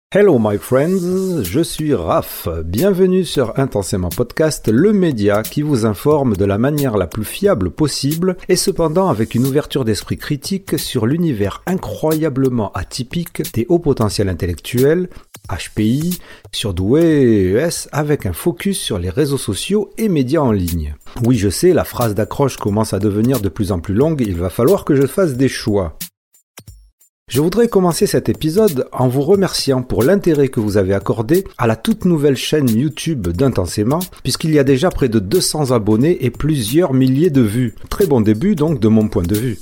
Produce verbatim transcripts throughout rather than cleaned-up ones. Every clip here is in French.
Hello my friends, je suis Raph. Bienvenue sur Intensément Podcast, le média qui vous informe de la manière la plus fiable possible et cependant avec une ouverture d'esprit critique sur l'univers incroyablement atypique des hauts potentiels intellectuels, H P I, surdoués E S, avec un focus sur les réseaux sociaux et médias en ligne. Oui, je sais, la phrase d'accroche commence à devenir de plus en plus longue, il va falloir que je fasse des choix. Je voudrais commencer cet épisode en vous remerciant pour l'intérêt que vous avez accordé à la toute nouvelle chaîne YouTube d'Intensément, puisqu'il y a déjà près de deux cents abonnés et plusieurs milliers de vues. Très bon début donc de mon point de vue.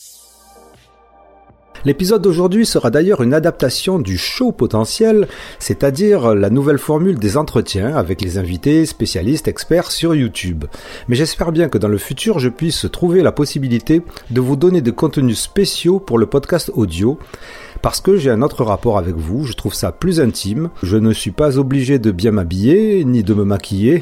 L'épisode d'aujourd'hui sera d'ailleurs une adaptation du show potentiel, c'est-à-dire la nouvelle formule des entretiens avec les invités, spécialistes, experts sur YouTube. Mais j'espère bien que dans le futur, je puisse trouver la possibilité de vous donner des contenus spéciaux pour le podcast audio, parce que j'ai un autre rapport avec vous, je trouve ça plus intime, je ne suis pas obligé de bien m'habiller, ni de me maquiller,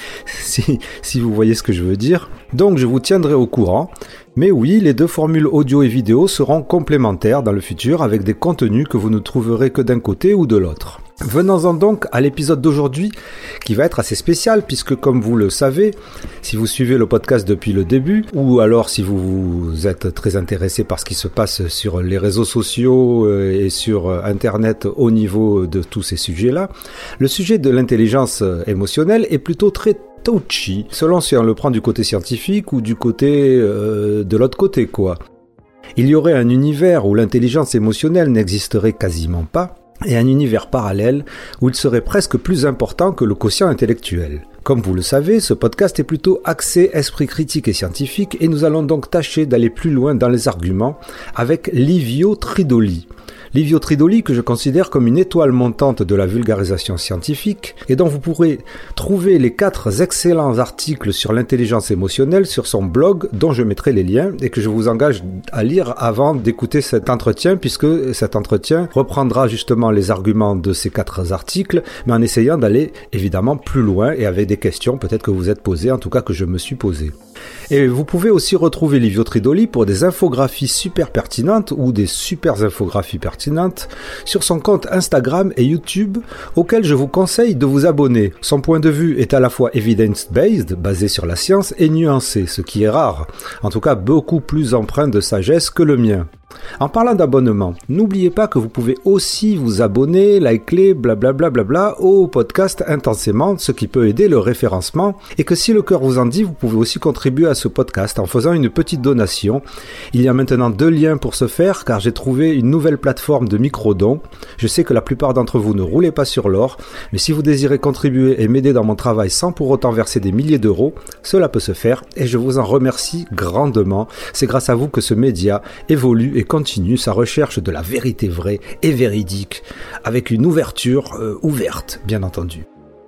si, si vous voyez ce que je veux dire. Donc je vous tiendrai au courant. Mais oui, les deux formules audio et vidéo seront complémentaires dans le futur avec des contenus que vous ne trouverez que d'un côté ou de l'autre. Venons-en donc à l'épisode d'aujourd'hui qui va être assez spécial puisque comme vous le savez, si vous suivez le podcast depuis le début ou alors si vous êtes très intéressé par ce qui se passe sur les réseaux sociaux et sur Internet au niveau de tous ces sujets-là, le sujet de l'intelligence émotionnelle est plutôt très touchy, selon si on le prend du côté scientifique ou du côté euh, de l'autre côté quoi. Il y aurait un univers où l'intelligence émotionnelle n'existerait quasiment pas, et un univers parallèle où il serait presque plus important que le quotient intellectuel. Comme vous le savez, ce podcast est plutôt axé esprit critique et scientifique, et nous allons donc tâcher d'aller plus loin dans les arguments avec Livio Tridoli. Livio Tridoli que je considère comme une étoile montante de la vulgarisation scientifique et dont vous pourrez trouver les quatre excellents articles sur l'intelligence émotionnelle sur son blog dont je mettrai les liens et que je vous engage à lire avant d'écouter cet entretien puisque cet entretien reprendra justement les arguments de ces quatre articles mais en essayant d'aller évidemment plus loin et avec des questions peut-être que vous êtes posées, en tout cas que je me suis posé. Et vous pouvez aussi retrouver Livio Tridoli pour des infographies super pertinentes ou des super infographies pertinentes sur son compte Instagram et YouTube auquel je vous conseille de vous abonner. Son point de vue est à la fois evidence-based, basé sur la science, et nuancé, ce qui est rare. En tout cas, beaucoup plus empreint de sagesse que le mien. En parlant d'abonnement, n'oubliez pas que vous pouvez aussi vous abonner, liker, blablabla bla bla bla, au podcast Intensément, ce qui peut aider le référencement, et que si le cœur vous en dit, vous pouvez aussi contribuer à ce podcast en faisant une petite donation. Il y a maintenant deux liens pour ce faire, car j'ai trouvé une nouvelle plateforme de micro-dons. Je sais que la plupart d'entre vous ne roulez pas sur l'or, mais si vous désirez contribuer et m'aider dans mon travail sans pour autant verser des milliers d'euros, cela peut se faire, et je vous en remercie grandement. C'est grâce à vous que ce média évolue et continue sa recherche de la vérité vraie et véridique, avec une ouverture euh, ouverte, bien entendu.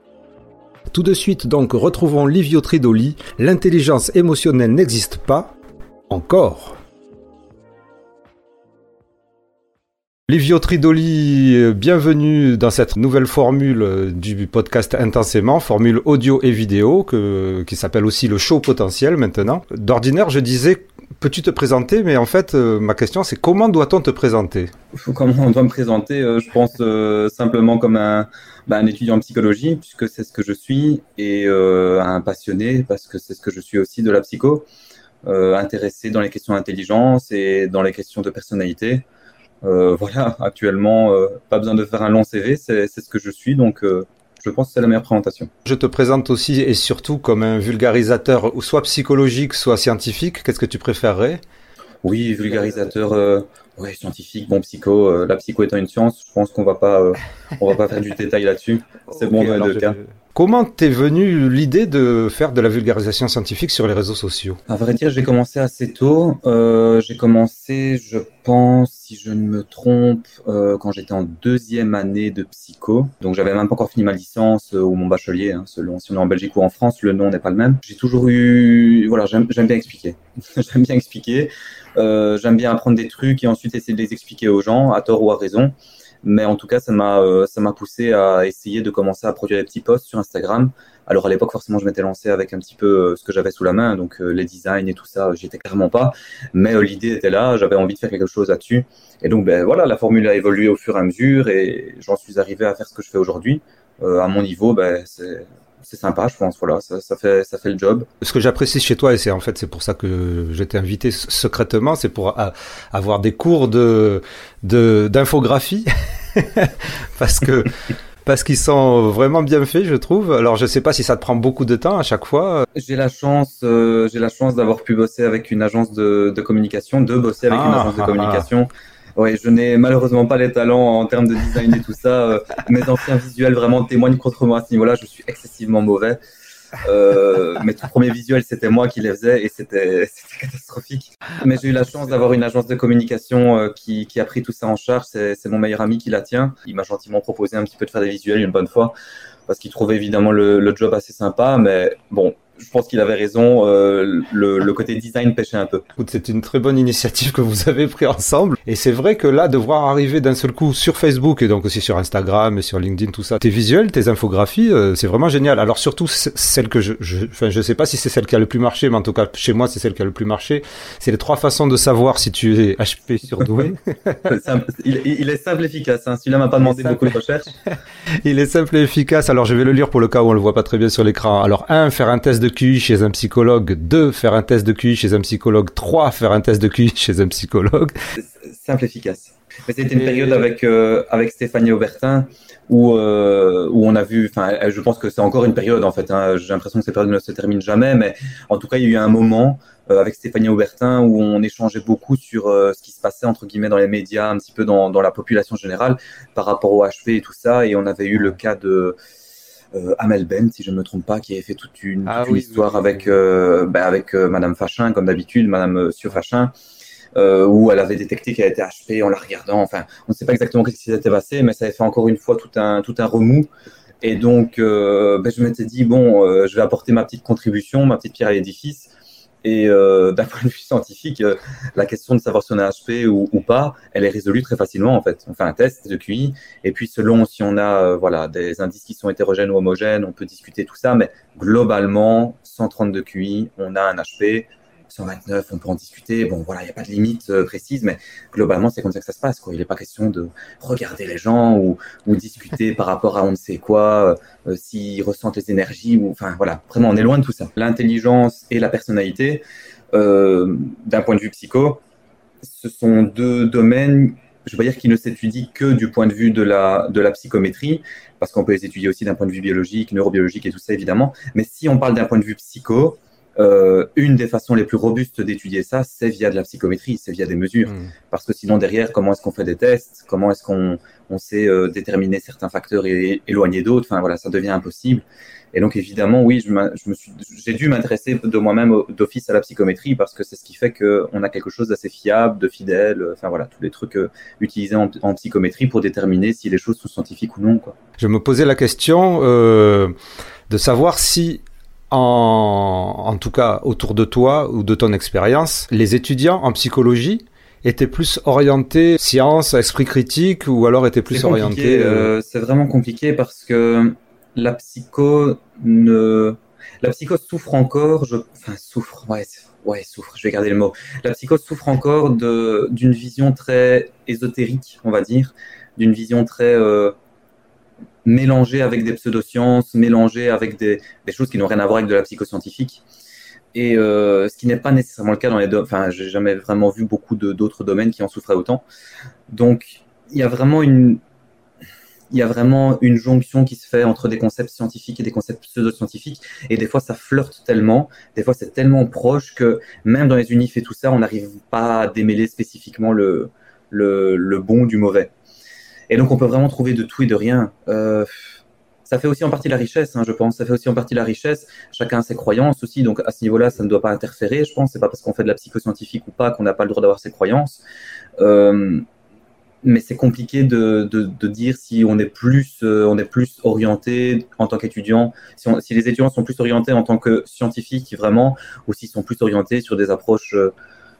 Tout de suite donc, retrouvons Livio Tridoli. L'intelligence émotionnelle n'existe pas, encore. Livio Tridoli, bienvenue dans cette nouvelle formule du podcast Intensément, formule audio et vidéo, que, qui s'appelle aussi le show potentiel maintenant. D'ordinaire, je disais, peux-tu te présenter? Mais en fait, euh, ma question, c'est comment doit-on te présenter? Comment on doit me présenter? euh, Je pense euh, simplement comme un, bah, un étudiant en psychologie, puisque c'est ce que je suis, et euh, un passionné, parce que c'est ce que je suis aussi de la psycho, euh, intéressé dans les questions d'intelligence et dans les questions de personnalité. Euh, voilà, actuellement, euh, pas besoin de faire un long C V, c'est, c'est ce que je suis, donc euh, je pense que c'est la meilleure présentation. Je te présente aussi et surtout comme un vulgarisateur soit psychologique, soit scientifique. Qu'est-ce que tu préférerais? Oui, vulgarisateur, euh, ouais, scientifique, bon psycho. Euh, la psycho étant une science, je pense qu'on va pas, euh, on va pas faire du détail là-dessus. C'est okay, bon dans les deux cas. Comment t'es venue l'idée de faire de la vulgarisation scientifique sur les réseaux sociaux? À vrai dire, j'ai commencé assez tôt. Euh, j'ai commencé, je pense, si je ne me trompe, euh, quand j'étais en deuxième année de psycho. Donc, j'avais même pas encore fini ma licence euh, ou mon bachelier, hein, selon si on est en Belgique ou en France, le nom n'est pas le même. J'ai toujours eu, voilà, j'aime, j'aime bien expliquer. j'aime bien expliquer. Euh, j'aime bien apprendre des trucs et ensuite essayer de les expliquer aux gens, à tort ou à raison. Mais en tout cas, ça m'a, euh, ça m'a poussé à essayer de commencer à produire des petits posts sur Instagram. Alors à l'époque, forcément, je m'étais lancé avec un petit peu euh, ce que j'avais sous la main, donc euh, les designs et tout ça, j'y étais clairement pas. Mais euh, l'idée était là, j'avais envie de faire quelque chose là-dessus. Et donc, ben voilà, la formule a évolué au fur et à mesure, et j'en suis arrivé à faire ce que je fais aujourd'hui. Euh, à mon niveau, ben c'est c'est sympa, je pense. Voilà, ça, ça fait ça fait le job. Ce que j'apprécie chez toi, et c'est en fait c'est pour ça que je t'ai invité secrètement, c'est pour a, avoir des cours de de d'infographie, parce que parce qu'ils sont vraiment bien faits, je trouve. Alors je sais pas si ça te prend beaucoup de temps à chaque fois. J'ai la chance, euh, j'ai la chance d'avoir pu bosser avec une agence de, de communication, de bosser avec ah, une agence de ah, communication. Ah. Ouais, je n'ai malheureusement pas les talents en termes de design et tout ça. Mes anciens visuels vraiment témoignent contre moi à ce niveau-là. Je suis excessivement mauvais. Euh, mes tout premiers visuels, c'était moi qui les faisais et c'était, c'était catastrophique. Mais j'ai eu la chance d'avoir une agence de communication euh, qui, qui a pris tout ça en charge. C'est, c'est mon meilleur ami qui la tient. Il m'a gentiment proposé un petit peu de faire des visuels une bonne fois parce qu'il trouvait évidemment le, le job assez sympa. Mais bon, je pense qu'il avait raison, euh, le, le côté design pêchait un peu. Écoute, c'est une très bonne initiative que vous avez pris ensemble. Et c'est vrai que là, de voir arriver d'un seul coup sur Facebook et donc aussi sur Instagram et sur LinkedIn, tout ça, tes visuels, tes infographies, euh, c'est vraiment génial. Alors surtout, celle que je, je, enfin, je sais pas si c'est celle qui a le plus marché, mais en tout cas, chez moi, c'est celle qui a le plus marché. C'est les trois façons de savoir si tu es H P surdoué. il, il est simple et efficace, hein. Celui-là m'a pas demandé beaucoup de recherche. Il est simple et efficace. Alors, je vais le lire pour le cas où on le voit pas très bien sur l'écran. Alors, un, faire un test de Q I chez un psychologue. Deux, faire un test de Q I chez un psychologue. Trois, faire un test de Q I chez un psychologue. Simple et efficace. Mais c'était une et... période avec euh, avec Stéphanie Aubertin où euh, où on a vu. Enfin, je pense que c'est encore une période en fait. Hein. J'ai l'impression que cette période ne se termine jamais, mais en tout cas, il y a eu un moment euh, avec Stéphanie Aubertin où on échangeait beaucoup sur euh, ce qui se passait entre guillemets dans les médias, un petit peu dans dans la population générale par rapport au H P et tout ça. Et on avait eu le cas de Euh, Amel Ben, si je ne me trompe pas, qui avait fait toute une, ah, toute une oui, histoire oui, oui, avec, oui. Euh, ben avec euh, Madame Fachin, comme d'habitude, Madame euh, Sio Fachin, euh, où elle avait détecté qu'elle était H P en la regardant. Enfin, on ne sait pas exactement ce qui s'était passé, mais ça avait fait encore une fois tout un, tout un remous. Et donc, euh, ben, je m'étais dit, bon, euh, je vais apporter ma petite contribution, ma petite pierre à l'édifice. Et euh, d'un point de vue scientifique, euh, la question de savoir si on est H P ou, ou pas, elle est résolue très facilement en fait. On fait un test de Q I et puis selon si on a euh, voilà des indices qui sont hétérogènes ou homogènes, on peut discuter tout ça. Mais globalement, cent trente-deux Q I, on a un H P. cent vingt-neuf, on peut en discuter. Bon, voilà, il n'y a pas de limite euh, précise, mais globalement, c'est comme ça que ça se passe, quoi. Il n'est pas question de regarder les gens ou, ou discuter par rapport à on ne sait quoi, euh, s'ils ressentent les énergies. Ou, enfin, voilà, vraiment, on est loin de tout ça. L'intelligence et la personnalité, euh, d'un point de vue psycho, ce sont deux domaines, je veux dire, qui ne s'étudient que du point de vue de la, de la psychométrie, parce qu'on peut les étudier aussi d'un point de vue biologique, neurobiologique et tout ça, évidemment. Mais si on parle d'un point de vue psycho, Euh, une des façons les plus robustes d'étudier ça, c'est via de la psychométrie, c'est via des mesures. Mmh. Parce que sinon, derrière, comment est-ce qu'on fait des tests? Comment est-ce qu'on on sait euh, déterminer certains facteurs et éloigner d'autres? Enfin, voilà, ça devient impossible. Et donc, évidemment, oui, je, je me suis, j'ai dû m'intéresser de moi-même d'office à la psychométrie parce que c'est ce qui fait qu'on a quelque chose d'assez fiable, de fidèle. Enfin, voilà, tous les trucs euh, utilisés en, en psychométrie pour déterminer si les choses sont scientifiques ou non, quoi. Je me posais la question euh, de savoir si En, en tout cas autour de toi ou de ton expérience, les étudiants en psychologie étaient plus orientés science, esprit critique ou alors étaient plus c'est orientés... Euh, c'est vraiment compliqué parce que la psycho ne... La psycho souffre encore, je... enfin souffre, ouais, ouais, souffre, je vais garder le mot. La psycho souffre encore de, d'une vision très ésotérique, on va dire, d'une vision très... Euh, mélangé avec des pseudosciences, mélangé avec des, des choses qui n'ont rien à voir avec de la psychoscientifique. Et euh, ce qui n'est pas nécessairement le cas dans les domaines. Enfin, j'ai jamais vraiment vu beaucoup de, d'autres domaines qui en souffraient autant. Donc, il y a vraiment une, il y a vraiment une jonction qui se fait entre des concepts scientifiques et des concepts pseudo-scientifiques. Et des fois, ça flirte tellement, des fois, c'est tellement proche que même dans les unifs et tout ça, on n'arrive pas à démêler spécifiquement le, le, le bon du mauvais. Et donc, on peut vraiment trouver de tout et de rien. Euh, ça fait aussi en partie la richesse, hein, je pense. Ça fait aussi en partie la richesse. Chacun a ses croyances aussi. Donc, à ce niveau-là, ça ne doit pas interférer, je pense. C'est pas parce qu'on fait de la psychoscientifique ou pas qu'on n'a pas le droit d'avoir ses croyances. Euh, mais c'est compliqué de, de, de dire si on est plus, euh, on est plus orienté en tant qu'étudiant, si, on, si les étudiants sont plus orientés en tant que scientifiques, vraiment, ou s'ils sont plus orientés sur des approches... Euh,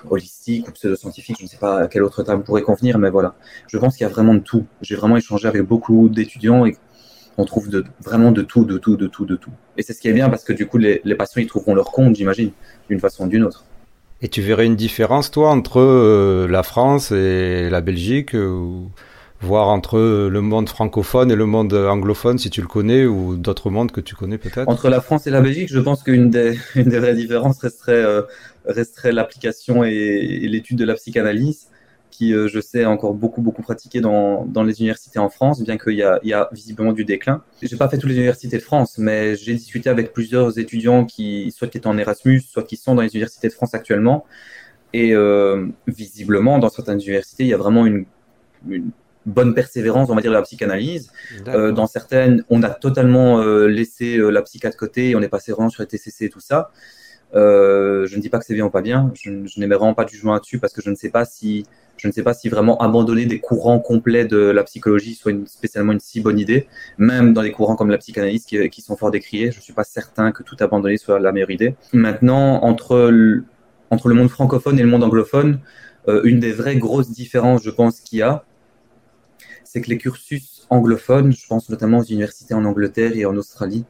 holistique ou pseudo-scientifique, je ne sais pas à quel autre terme pourrait convenir, mais voilà. Je pense qu'il y a vraiment de tout. J'ai vraiment échangé avec beaucoup d'étudiants et on trouve de, vraiment de tout, de tout, de tout, de tout. Et c'est ce qui est bien parce que du coup, les, les patients, ils trouveront leur compte, j'imagine, d'une façon ou d'une autre. Et tu verrais une différence, toi, entre euh, la France et la Belgique, euh, ou voire entre le monde francophone et le monde anglophone, si tu le connais, ou d'autres mondes que tu connais peut-être? Entre la France et la Belgique, je pense qu'une des, une des vraies différences resterait, euh, resterait l'application et, et l'étude de la psychanalyse, qui, euh, je sais, est encore beaucoup, beaucoup pratiquée dans, dans les universités en France, bien qu'il y a, il y a visiblement du déclin. J'ai pas fait toutes les universités de France, mais j'ai discuté avec plusieurs étudiants qui, soit qui étaient en Erasmus, soit qui sont dans les universités de France actuellement. Et euh, visiblement, dans certaines universités, il y a vraiment une, une bonne persévérance, on va dire, de la psychanalyse. Euh, dans certaines, on a totalement euh, laissé euh, la psycha de côté et on est passé vraiment sur les T C C et tout ça. Euh, je ne dis pas que c'est bien ou pas bien, je, je n'émets vraiment pas de jugement là-dessus parce que je ne sais pas si, je ne sais pas si vraiment abandonner des courants complets de la psychologie soit une, spécialement une si bonne idée, même dans des courants comme la psychanalyse qui, qui sont fort décriés. Je ne suis pas certain que tout abandonner soit la meilleure idée. Maintenant, entre le, entre le monde francophone et le monde anglophone, euh, une des vraies grosses différences, je pense, qu'il y a, c'est que les cursus anglophones, je pense notamment aux universités en Angleterre et en Australie,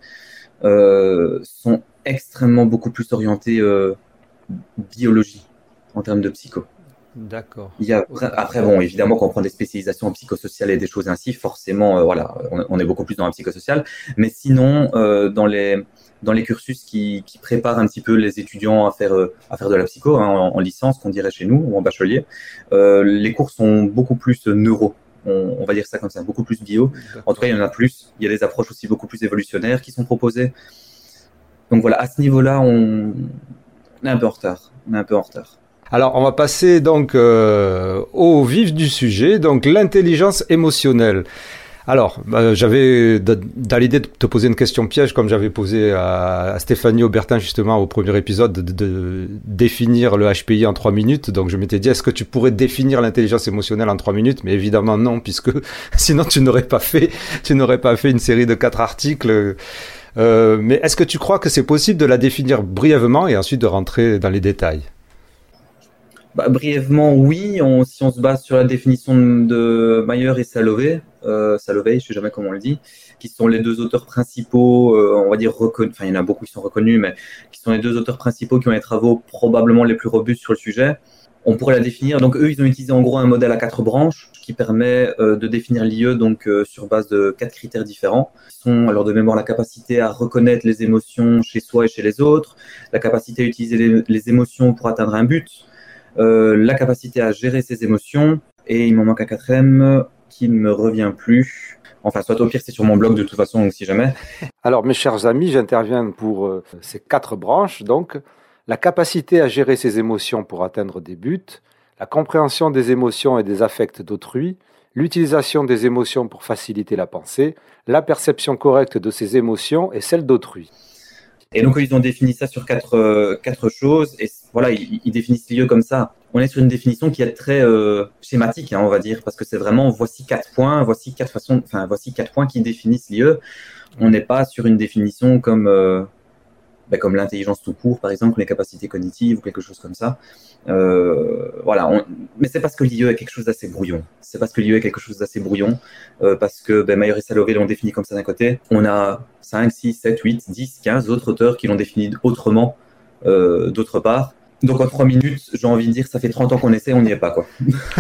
euh, sont extrêmement beaucoup plus orientés euh, biologie en termes de psycho. D'accord. Il y a, après, bon, évidemment, quand on prend des spécialisations en psychosocial et des choses ainsi, forcément, euh, voilà, on, on est beaucoup plus dans la psychosocial. Mais sinon, euh, dans les dans les cursus qui, qui préparent un petit peu les étudiants à faire euh, à faire de la psycho hein, en, en licence, qu'on dirait chez nous ou en bachelier, euh, les cours sont beaucoup plus neuro. On, on va dire ça comme ça, beaucoup plus bio. D'accord. En tout cas, il y en a plus. Il y a des approches aussi beaucoup plus évolutionnaires qui sont proposées. Donc voilà, à ce niveau-là, on, on est un peu en retard. On est un peu en retard. Alors, on va passer donc euh, au vif du sujet, donc l'intelligence émotionnelle. Alors, euh, j'avais dans l'idée de te poser une question piège, comme j'avais posé à, à Stéphanie Aubertin justement au premier épisode, de, de, de définir le H P I en trois minutes. Donc, je m'étais dit, est-ce que tu pourrais définir l'intelligence émotionnelle en trois minutes? Mais évidemment non, puisque sinon tu n'aurais pas fait, tu n'aurais pas fait une série de quatre articles. Euh, mais est-ce que tu crois que c'est possible de la définir brièvement et ensuite de rentrer dans les détails? Bah, brièvement, oui. On, si on se base sur la définition de Mayer et Salovey, euh, Salovey, je sais jamais comment on le dit, qui sont les deux auteurs principaux, euh, on va dire reconnus. Enfin, il y en a beaucoup qui sont reconnus, mais qui sont les deux auteurs principaux qui ont les travaux probablement les plus robustes sur le sujet. On pourrait la définir. Donc, eux, ils ont utilisé en gros un modèle à quatre branches qui permet euh, de définir l'I E donc euh, sur base de quatre critères différents. Qui sont alors de mémoire la capacité à reconnaître les émotions chez soi et chez les autres, la capacité à utiliser les, les émotions pour atteindre un but. Euh, la capacité à gérer ses émotions, et il m'en manque un quatrième qui ne me revient plus. Enfin, soit au pire, c'est sur mon blog de toute façon, donc si jamais. Alors, mes chers amis, j'interviens pour euh, ces quatre branches. Donc, la capacité à gérer ses émotions pour atteindre des buts, la compréhension des émotions et des affects d'autrui, l'utilisation des émotions pour faciliter la pensée, la perception correcte de ses émotions et celle d'autrui. Et donc, ils ont défini ça sur quatre, euh, quatre choses. Et voilà, ils, ils définissent l'I E comme ça. On est sur une définition qui est très euh, schématique, hein, on va dire, parce que c'est vraiment voici quatre points, voici quatre façons, enfin voici quatre points qui définissent l'I E. On n'est pas sur une définition comme euh, ben, comme l'intelligence tout court, par exemple, les capacités cognitives ou quelque chose comme ça. Euh, voilà, on... mais c'est parce que l'I E est quelque chose d'assez brouillon. C'est parce que l'I E est quelque chose d'assez brouillon, euh, parce que ben, Mayer et Salovey l'ont défini comme ça d'un côté. On a cinq, six, sept, huit, dix, quinze autres auteurs qui l'ont défini autrement euh, d'autre part. Donc en trois minutes, j'ai envie de dire, ça fait trente ans qu'on essaie, on n'y est pas, quoi.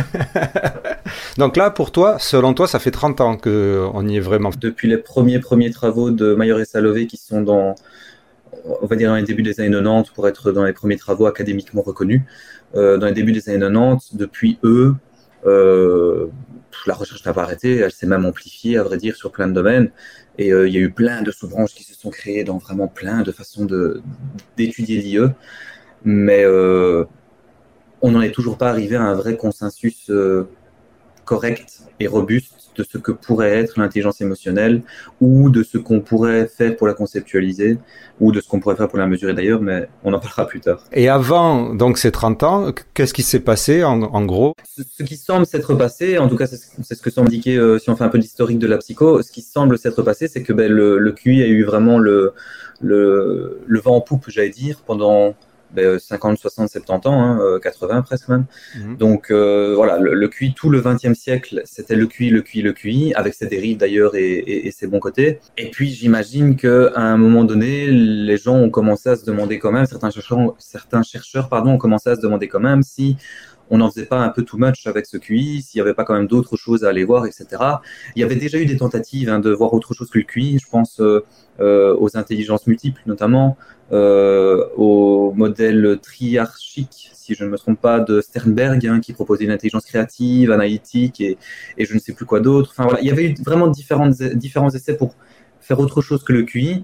Donc là, pour toi, selon toi, ça fait trente ans qu'on y est vraiment. Depuis les premiers premiers travaux de Mayer et Salovey qui sont dans, on va dire dans les débuts des années quatre-vingt-dix pour être dans les premiers travaux académiquement reconnus, euh, dans les débuts des années quatre-vingt-dix, depuis eux, euh, la recherche n'a pas arrêté, elle s'est même amplifiée, à vrai dire, sur plein de domaines. Et euh, il y a eu plein de sous-branches qui se sont créées dans vraiment plein de façons de, d'étudier l'I E. Mais euh, on n'en est toujours pas arrivé à un vrai consensus euh, correct et robuste de ce que pourrait être l'intelligence émotionnelle ou de ce qu'on pourrait faire pour la conceptualiser ou de ce qu'on pourrait faire pour la mesurer d'ailleurs, mais on en parlera plus tard. Et avant donc ces trente ans, qu'est-ce qui s'est passé en, en gros? ce, ce qui semble s'être passé, en tout cas c'est, c'est ce que semble indiquer euh, si on fait un peu d'historique de la psycho, ce qui semble s'être passé, c'est que ben, le, le Q I a eu vraiment le, le, le vent en poupe, j'allais dire, pendant ben, cinquante, soixante, soixante-dix ans, hein, euh, quatre-vingts presque même. Mmh. Donc euh, voilà, le, le Q I, tout le vingtième siècle, c'était le Q I, le Q I, le Q I, avec ses dérives d'ailleurs et, et, et ses bons côtés. Et puis j'imagine qu'à un moment donné, les gens ont commencé à se demander quand même, certains chercheurs, certains chercheurs pardon, ont commencé à se demander quand même si on n'en faisait pas un peu too much avec ce Q I, s'il n'y avait pas quand même d'autres choses à aller voir, et cetera. Il y avait déjà eu des tentatives hein, de voir autre chose que le Q I, je pense euh, euh, aux intelligences multiples notamment, euh, au modèle triarchique, si je ne me trompe pas, de Sternberg, hein, qui proposait une intelligence créative, analytique et, et je ne sais plus quoi d'autre. Enfin voilà, il y avait eu vraiment différentes, différents essais pour faire autre chose que le Q I,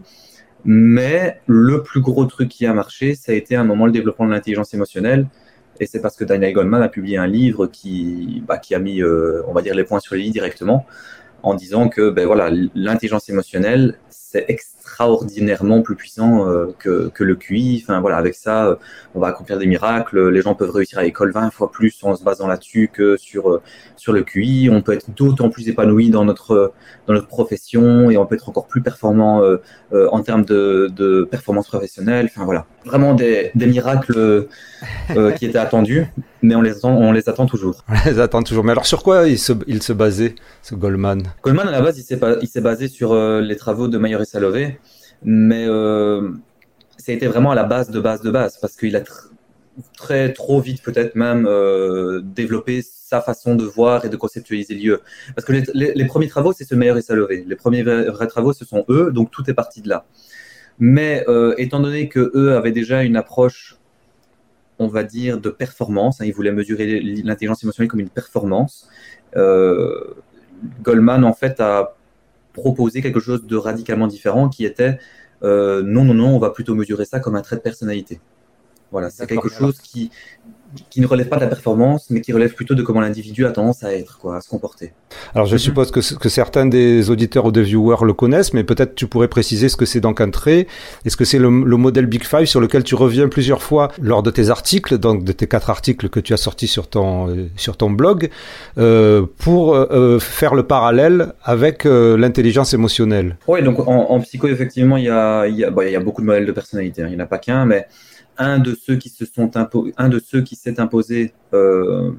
mais le plus gros truc qui a marché, ça a été à un moment le développement de l'intelligence émotionnelle. Et c'est parce que Daniel Goleman a publié un livre qui, bah, qui a mis, euh, on va dire, les points sur les i directement, en disant que ben, voilà, l'intelligence émotionnelle, c'est extraordinairement plus puissant euh, que, que le Q I. Enfin, voilà, avec ça, euh, on va accomplir des miracles. Les gens peuvent réussir à l'école vingt fois plus en se basant là-dessus que sur, euh, sur le Q I. On peut être d'autant plus épanoui dans notre, dans notre profession et on peut être encore plus performant euh, euh, en termes de, de performance professionnelle. Enfin, voilà, vraiment des, des miracles euh, qui étaient attendus, mais on les attend, on les attend toujours. On les attend toujours. Mais alors, sur quoi il se, il se basait, ce Goleman? Goleman, à la base, il s'est, il s'est basé sur euh, les travaux de Mayer et Salovey, mais euh, ça a été vraiment à la base de base de base, parce qu'il a tr- très trop vite peut-être même euh, développé sa façon de voir et de conceptualiser les lieux. Parce que les, les, les premiers travaux, c'est ce Mayer et Salovey. Les premiers vrais, vrais travaux, ce sont eux, donc tout est parti de là. Mais euh, étant donné que eux avaient déjà une approche, on va dire, de performance, hein, ils voulaient mesurer l'intelligence émotionnelle comme une performance, euh, Goleman, en fait, a proposé quelque chose de radicalement différent qui était euh, non, non, non, on va plutôt mesurer ça comme un trait de personnalité. Voilà, c'est quelque chose qui, qui ne relève pas de la performance, mais qui relève plutôt de comment l'individu a tendance à être, quoi, à se comporter. Alors, je mm-hmm. suppose que, que certains des auditeurs ou des viewers le connaissent, mais peut-être tu pourrais préciser ce que c'est donc un trait. Est-ce que c'est le, le modèle Big Five sur lequel tu reviens plusieurs fois lors de tes articles, donc de tes quatre articles que tu as sortis sur ton, euh, sur ton blog, euh, pour euh, faire le parallèle avec euh, l'intelligence émotionnelle? Oui, donc en, en psycho, effectivement, il y a, il y a, bon, il y a beaucoup de modèles de personnalité, hein. Il n'y en a pas qu'un, mais un de ceux qui se sont impo- un de ceux qui s'est imposé euh,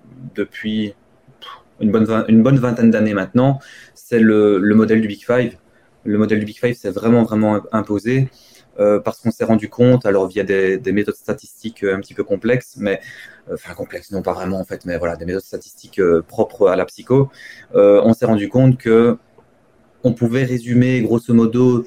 depuis une bonne, une bonne vingtaine d'années maintenant, c'est le, le modèle du Big Five. Le modèle du Big Five s'est vraiment, vraiment imposé euh, parce qu'on s'est rendu compte, alors via des, des méthodes statistiques un petit peu complexes, mais euh, enfin complexes, non pas vraiment en fait, mais voilà, des méthodes statistiques euh, propres à la psycho, euh, on s'est rendu compte que on pouvait résumer grosso modo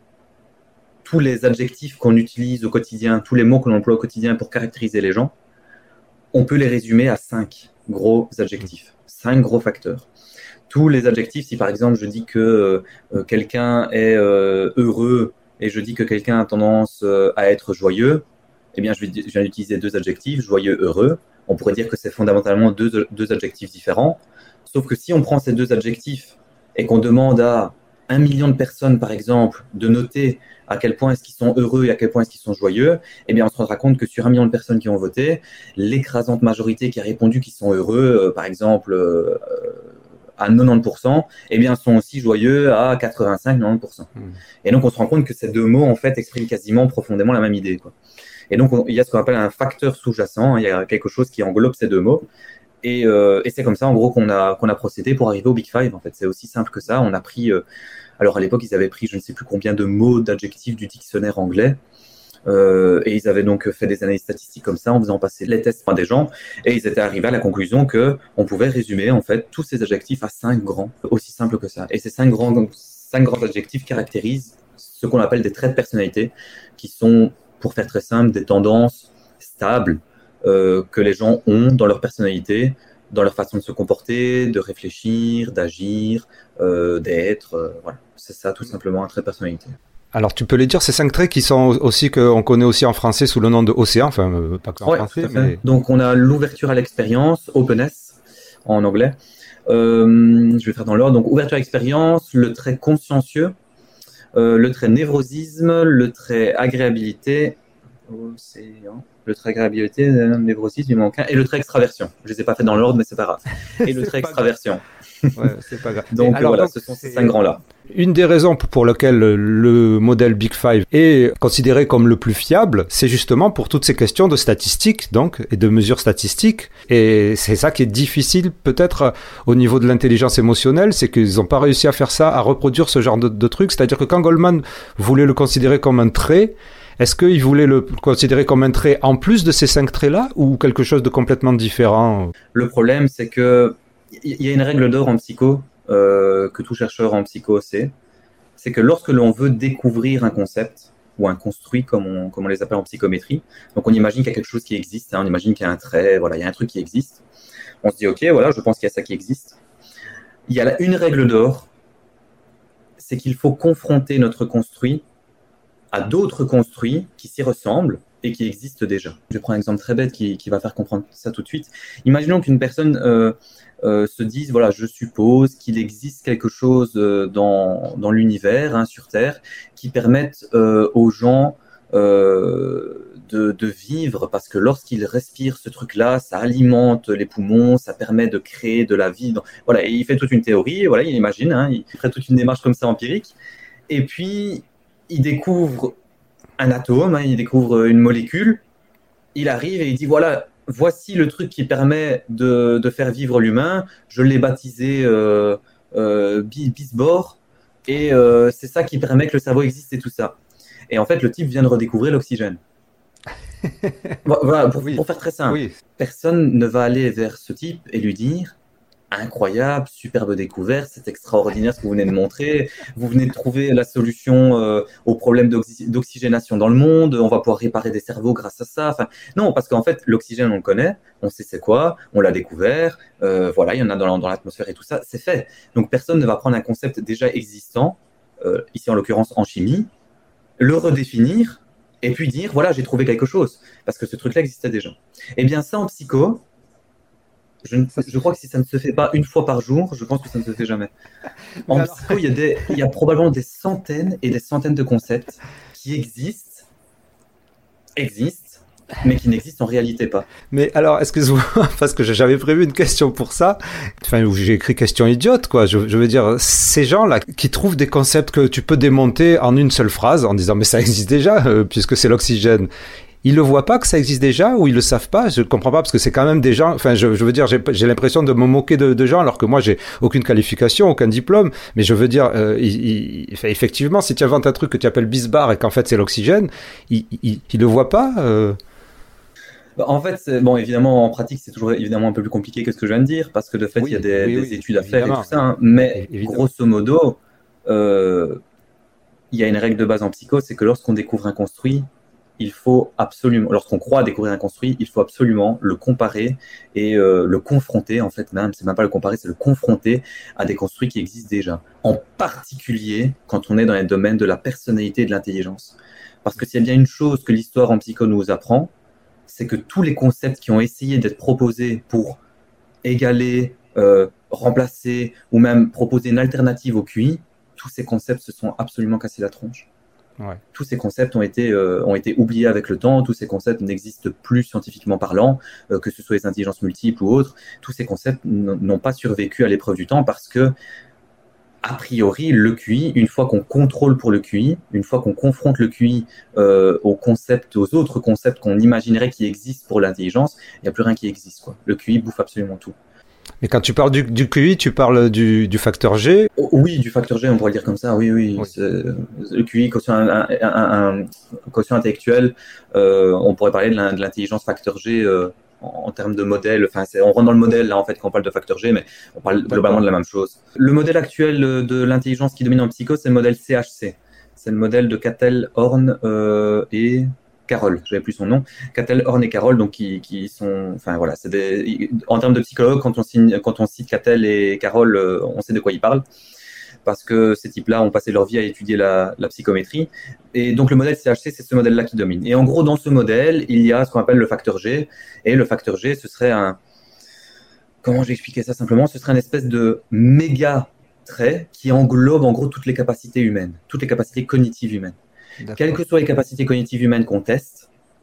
tous les adjectifs qu'on utilise au quotidien, tous les mots que l'on emploie au quotidien pour caractériser les gens, on peut les résumer à cinq gros adjectifs, cinq gros facteurs. Tous les adjectifs, si par exemple je dis que euh, quelqu'un est euh, heureux et je dis que quelqu'un a tendance euh, à être joyeux, eh bien je, vais, je viens d'utiliser deux adjectifs, joyeux, heureux. On pourrait dire que c'est fondamentalement deux, deux adjectifs différents. Sauf que si on prend ces deux adjectifs et qu'on demande à un million de personnes, par exemple, de noter à quel point est-ce qu'ils sont heureux et à quel point est-ce qu'ils sont joyeux, eh bien, on se rendra compte que sur un million de personnes qui ont voté, l'écrasante majorité qui a répondu qu'ils sont heureux, euh, par exemple, euh, à quatre-vingt-dix pour cent, eh bien, sont aussi joyeux à quatre-vingt-cinq à quatre-vingt-dix pour cent. Mmh. Et donc, on se rend compte que ces deux mots, en fait, expriment quasiment profondément la même idée, quoi. Et donc, on, il y a ce qu'on appelle un facteur sous-jacent, hein, il y a quelque chose qui englobe ces deux mots. Et, euh, et c'est comme ça, en gros, qu'on a, qu'on a procédé pour arriver au Big Five. En fait, c'est aussi simple que ça. On a pris, euh, alors à l'époque, ils avaient pris je ne sais plus combien de mots, d'adjectifs du dictionnaire anglais. Euh, et ils avaient donc fait des analyses statistiques comme ça, en faisant passer les tests par des gens. Et ils étaient arrivés à la conclusion que on pouvait résumer, en fait, tous ces adjectifs à cinq grands, aussi simple que ça. Et ces cinq grands, cinq grands adjectifs caractérisent ce qu'on appelle des traits de personnalité, qui sont, pour faire très simple, des tendances stables, Euh, que les gens ont dans leur personnalité, dans leur façon de se comporter, de réfléchir, d'agir, euh, d'être. Euh, voilà, c'est ça tout simplement un trait de personnalité. Alors tu peux les dire, ces cinq traits qui sont aussi qu'on connaît aussi en français sous le nom de océan, enfin euh, pas qu'en ouais, français. Mais... Donc on a l'ouverture à l'expérience, openness en anglais. Euh, je vais faire dans l'ordre. Donc ouverture à l'expérience, le trait consciencieux, euh, le trait névrosisme, le trait agréabilité. Océan. Le trait agréabilité, névrosisme, il manque un. Et le trait extraversion. Je ne les ai pas fait dans l'ordre, mais c'est pas grave. Et le trait extraversion. Ouais, c'est pas grave. Donc alors, voilà, donc, ce sont ces cinq grands-là. Une des raisons pour lesquelles le modèle Big Five est considéré comme le plus fiable, c'est justement pour toutes ces questions de statistiques, donc, et de mesures statistiques. Et c'est ça qui est difficile, peut-être, au niveau de l'intelligence émotionnelle, c'est qu'ils n'ont pas réussi à faire ça, à reproduire ce genre de, de trucs. C'est-à-dire que quand Goldman voulait le considérer comme un trait, est-ce qu'il voulait le considérer comme un trait en plus de ces cinq traits-là, ou quelque chose de complètement différent? Le problème, c'est que il y a une règle d'or en psycho, euh, que tout chercheur en psycho sait, c'est que lorsque l'on veut découvrir un concept, ou un construit, comme on, comme on les appelle en psychométrie, donc on imagine qu'il y a quelque chose qui existe, hein, on imagine qu'il y a un trait, voilà, il y a un truc qui existe, on se dit, ok, voilà, je pense qu'il y a ça qui existe. Il y a là une règle d'or, c'est qu'il faut confronter notre construit à d'autres construits qui s'y ressemblent, et qui existent déjà. Je prends un exemple très bête qui, qui va faire comprendre ça tout de suite. Imaginons qu'une personne euh, euh, se dise, voilà, je suppose qu'il existe quelque chose euh, dans, dans l'univers, hein, sur Terre, qui permette euh, aux gens euh, de, de vivre, parce que lorsqu'ils respirent ce truc-là, ça alimente les poumons, ça permet de créer de la vie. Dans... Voilà, et il fait toute une théorie, voilà, il imagine, hein, il ferait toute une démarche comme ça empirique, et puis il découvre un atome, hein, il découvre une molécule, il arrive et il dit, voilà, voici le truc qui permet de, de faire vivre l'humain, je l'ai baptisé euh, euh, Bisbor, et euh, c'est ça qui permet que le cerveau existe et tout ça. Et en fait, le type vient de redécouvrir l'oxygène. Voilà, pour, oui. pour faire très simple, oui. Personne ne va aller vers ce type et lui dire, incroyable, superbe découverte, c'est extraordinaire ce que vous venez de montrer, vous venez de trouver la solution euh, au problème d'oxy- d'oxygénation dans le monde, on va pouvoir réparer des cerveaux grâce à ça. Enfin, non, parce qu'en fait, l'oxygène, on le connaît, on sait c'est quoi, on l'a découvert, euh, voilà, il y en a dans, dans l'atmosphère et tout ça, c'est fait. Donc, personne ne va prendre un concept déjà existant, euh, ici en l'occurrence en chimie, le redéfinir, et puis dire, voilà, j'ai trouvé quelque chose, parce que ce truc-là existait déjà. Eh bien, ça, en psycho, Je, ne, je crois que si ça ne se fait pas une fois par jour, je pense que ça ne se fait jamais. En alors... psycho, il y, a des, il y a probablement des centaines et des centaines de concepts qui existent, existent, mais qui n'existent en réalité pas. Mais alors, excuse-moi, parce que j'avais prévu une question pour ça, enfin, où j'ai écrit question idiote, quoi. Je, je veux dire, ces gens-là qui trouvent des concepts que tu peux démonter en une seule phrase, en disant, mais ça existe déjà, euh, puisque c'est l'oxygène. Ils le voient pas que ça existe déjà ou ils le savent pas? Je comprends pas parce que c'est quand même des gens. Enfin, je, je veux dire, j'ai, j'ai l'impression de me moquer de, de gens alors que moi j'ai aucune qualification, aucun diplôme. Mais je veux dire, euh, il, il, effectivement, si tu inventes un truc que tu appelles Bisbar et qu'en fait c'est l'oxygène, ils, ils, ils le voient pas. Euh... En fait, c'est, bon, évidemment, en pratique, c'est toujours évidemment un peu plus compliqué que ce que je viens de dire parce que de fait, oui, il y a des, oui, des oui, études à faire et tout ça. Hein, mais évidemment. Grosso modo, euh, il y a une règle de base en psycho, c'est que lorsqu'on découvre un construit, il faut absolument, lorsqu'on croit découvrir un construit, il faut absolument le comparer et euh, le confronter, en fait, même, c'est même pas le comparer, c'est le confronter à des construits qui existent déjà. En particulier, quand on est dans les domaines de la personnalité et de l'intelligence. Parce que s'il y a bien une chose que l'histoire en psycho nous apprend, c'est que tous les concepts qui ont essayé d'être proposés pour égaler, euh, remplacer ou même proposer une alternative au Q I, tous ces concepts se sont absolument cassés la tronche. Ouais. Tous ces concepts ont été, euh, ont été oubliés avec le temps, tous ces concepts n'existent plus scientifiquement parlant, euh, que ce soit les intelligences multiples ou autres, tous ces concepts n- n'ont pas survécu à l'épreuve du temps parce que, a priori, le Q I, une fois qu'on contrôle pour le Q I, une fois qu'on confronte le Q I euh, aux concepts, aux autres concepts qu'on imaginerait qui existent pour l'intelligence, il n'y a plus rien qui existe, quoi. Le Q I bouffe absolument tout. Mais quand tu parles du, du Q I, tu parles du, du facteur G? Oh, oui, du facteur G, on pourrait le dire comme ça, oui, oui. oui. Le Q I, quotient, un, un, un, un quotient intellectuel, euh, on pourrait parler de, la, de l'intelligence facteur G euh, en, en termes de modèle. Enfin, c'est, on rentre dans le modèle, là, en fait, quand on parle de facteur G, mais on parle D'accord. globalement de la même chose. Le modèle actuel de l'intelligence qui domine en psycho, c'est le modèle C H C. C'est le modèle de Cattell, Horn euh, et... Carroll, j'avais plus son nom, Cattell, Horn et Carroll, donc qui, qui sont, enfin voilà, c'est des, en termes de psychologue, quand on, signe, quand on cite Cattell et Carroll, euh, on sait de quoi ils parlent, parce que ces types-là ont passé leur vie à étudier la, la psychométrie, et donc le modèle C H C, c'est ce modèle-là qui domine. Et en gros, dans ce modèle, il y a ce qu'on appelle le facteur G, et le facteur G, ce serait un, comment j'ai expliqué ça simplement, ce serait une espèce de méga trait qui englobe en gros toutes les capacités humaines, toutes les capacités cognitives humaines. D'accord. Quelles que soient les capacités cognitives humaines qu'on teste,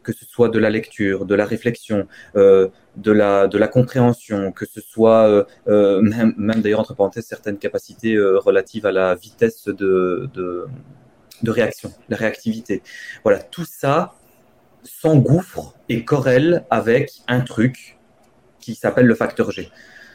que ce soit de la lecture, de la réflexion, euh, de la de la compréhension, que ce soit euh, euh, même même d'ailleurs entre parenthèses certaines capacités euh, relatives à la vitesse de de de réaction, la réactivité. Voilà, tout ça s'engouffre et corrèle avec un truc qui s'appelle le facteur G.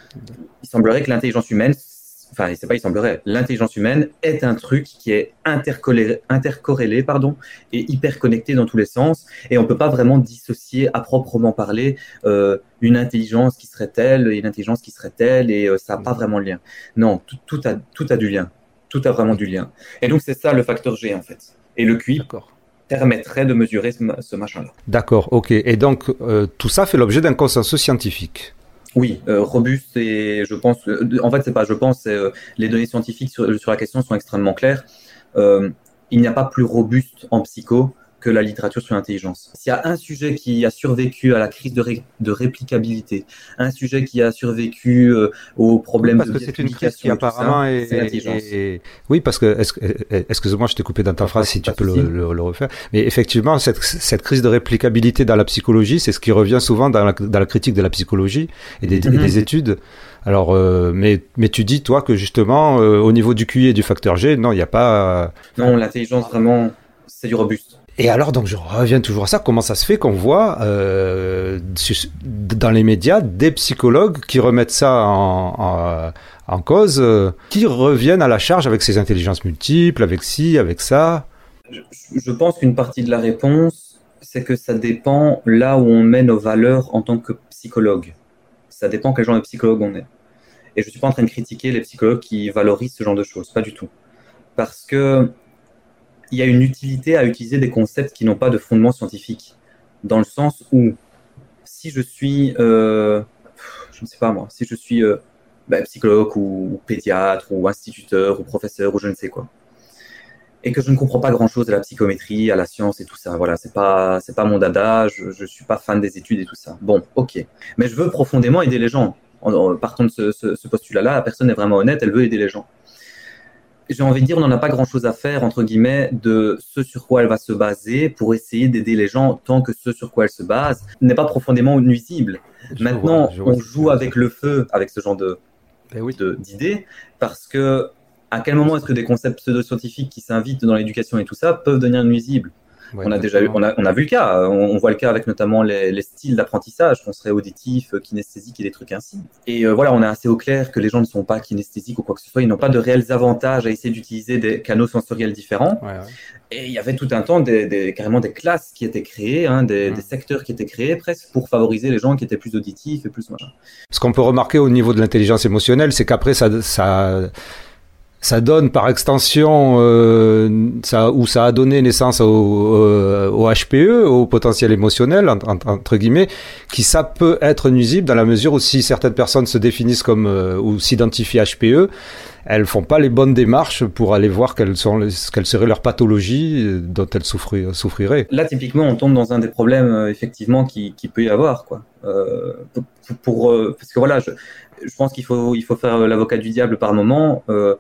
Il semblerait que l'intelligence humaine, enfin, c'est pas il semblerait, l'intelligence humaine est un truc qui est intercorrélé, intercorrélé pardon, et hyper connecté dans tous les sens, et on peut pas vraiment dissocier à proprement parler euh, une intelligence qui serait telle et une intelligence qui serait telle, et euh, ça n'a pas vraiment de lien. Non, tout, tout, a, tout a du lien. Tout a vraiment du lien. Et donc, c'est ça le facteur G, en fait. Et le Q I D'accord. permettrait de mesurer ce, ce machin-là. D'accord, ok. Et donc, euh, tout ça fait l'objet d'un consensus scientifique. Oui, euh, robuste et je pense... Euh, en fait, c'est pas je pense, c'est, euh, les données scientifiques sur, sur la question sont extrêmement claires. Euh, il n'y a pas plus robuste en psycho que la littérature sur l'intelligence. S'il y a un sujet qui a survécu à la crise de, ré, de réplicabilité, un sujet qui a survécu euh, aux problèmes oui, parce de que c'est une crise qui apparemment ça, est, c'est l'intelligence. Est, est... Oui, parce que excuse-moi, je t'ai coupé dans ta phrase, si tu peux le, le, le refaire. Mais effectivement, cette, cette crise de réplicabilité dans la psychologie, c'est ce qui revient souvent dans la, dans la critique de la psychologie et des, mm-hmm. et des études. Alors, euh, mais mais tu dis toi que justement, euh, au niveau du Q I et du facteur G, non, il n'y a pas. Euh... Non, l'intelligence vraiment, c'est du robuste. Et alors, donc, je reviens toujours à ça. Comment ça se fait qu'on voit euh, dans les médias des psychologues qui remettent ça en, en, en cause, euh, qui reviennent à la charge avec ces intelligences multiples, avec ci, avec ça? je, je pense qu'une partie de la réponse, c'est que ça dépend là où on met nos valeurs en tant que psychologue. Ça dépend quel genre de psychologue on est. Et je ne suis pas en train de critiquer les psychologues qui valorisent ce genre de choses, pas du tout. Parce que il y a une utilité à utiliser des concepts qui n'ont pas de fondement scientifique. Dans le sens où, si je suis, euh, je ne sais pas moi, si je suis euh, bah, psychologue ou, ou pédiatre ou instituteur ou professeur ou je ne sais quoi, et que je ne comprends pas grand-chose à la psychométrie, à la science et tout ça, voilà, c'est pas, c'est pas mon dada, je, je suis pas fan des études et tout ça. Bon, ok. Mais je veux profondément aider les gens. En, en partant de ce, ce, ce postulat-là, la personne est vraiment honnête, elle veut aider les gens. J'ai envie de dire, on n'en a pas grand-chose à faire, entre guillemets, de ce sur quoi elle va se baser pour essayer d'aider les gens tant que ce sur quoi elle se base n'est pas profondément nuisible. Je Maintenant, vois, vois, on joue avec le feu, avec ce genre de, ben oui. de, d'idées, parce que à quel moment est-ce que des concepts pseudo-scientifiques qui s'invitent dans l'éducation et tout ça peuvent devenir nuisibles ? Ouais, on a déjà eu, on a, on a vu le cas. On, on voit le cas avec notamment les, les styles d'apprentissage, qu'on serait auditif, kinesthésique et des trucs ainsi. Et euh, voilà, on est assez au clair que les gens ne sont pas kinesthésiques ou quoi que ce soit. Ils n'ont pas de réels avantages à essayer d'utiliser des canaux sensoriels différents. Ouais, ouais. Et il y avait tout un temps des, des, carrément des classes qui étaient créées, hein, des, mmh. des secteurs qui étaient créés presque pour favoriser les gens qui étaient plus auditifs et plus machin. Ce qu'on peut remarquer au niveau de l'intelligence émotionnelle, c'est qu'après ça, ça ça donne par extension, euh, ça, ou ça a donné naissance au, euh, au H P E, au potentiel émotionnel, entre, entre guillemets, qui ça peut être nuisible dans la mesure où si certaines personnes se définissent comme, euh, ou s'identifient H P E, elles font pas les bonnes démarches pour aller voir quelles sont, quelles seraient leurs pathologies dont elles souffrir, souffriraient. Là, typiquement, on tombe dans un des problèmes, euh, effectivement, qui, qui peut y avoir, quoi. Euh, pour, pour euh, parce que voilà, je, je pense qu'il faut, il faut faire l'avocat du diable par moment. Euh,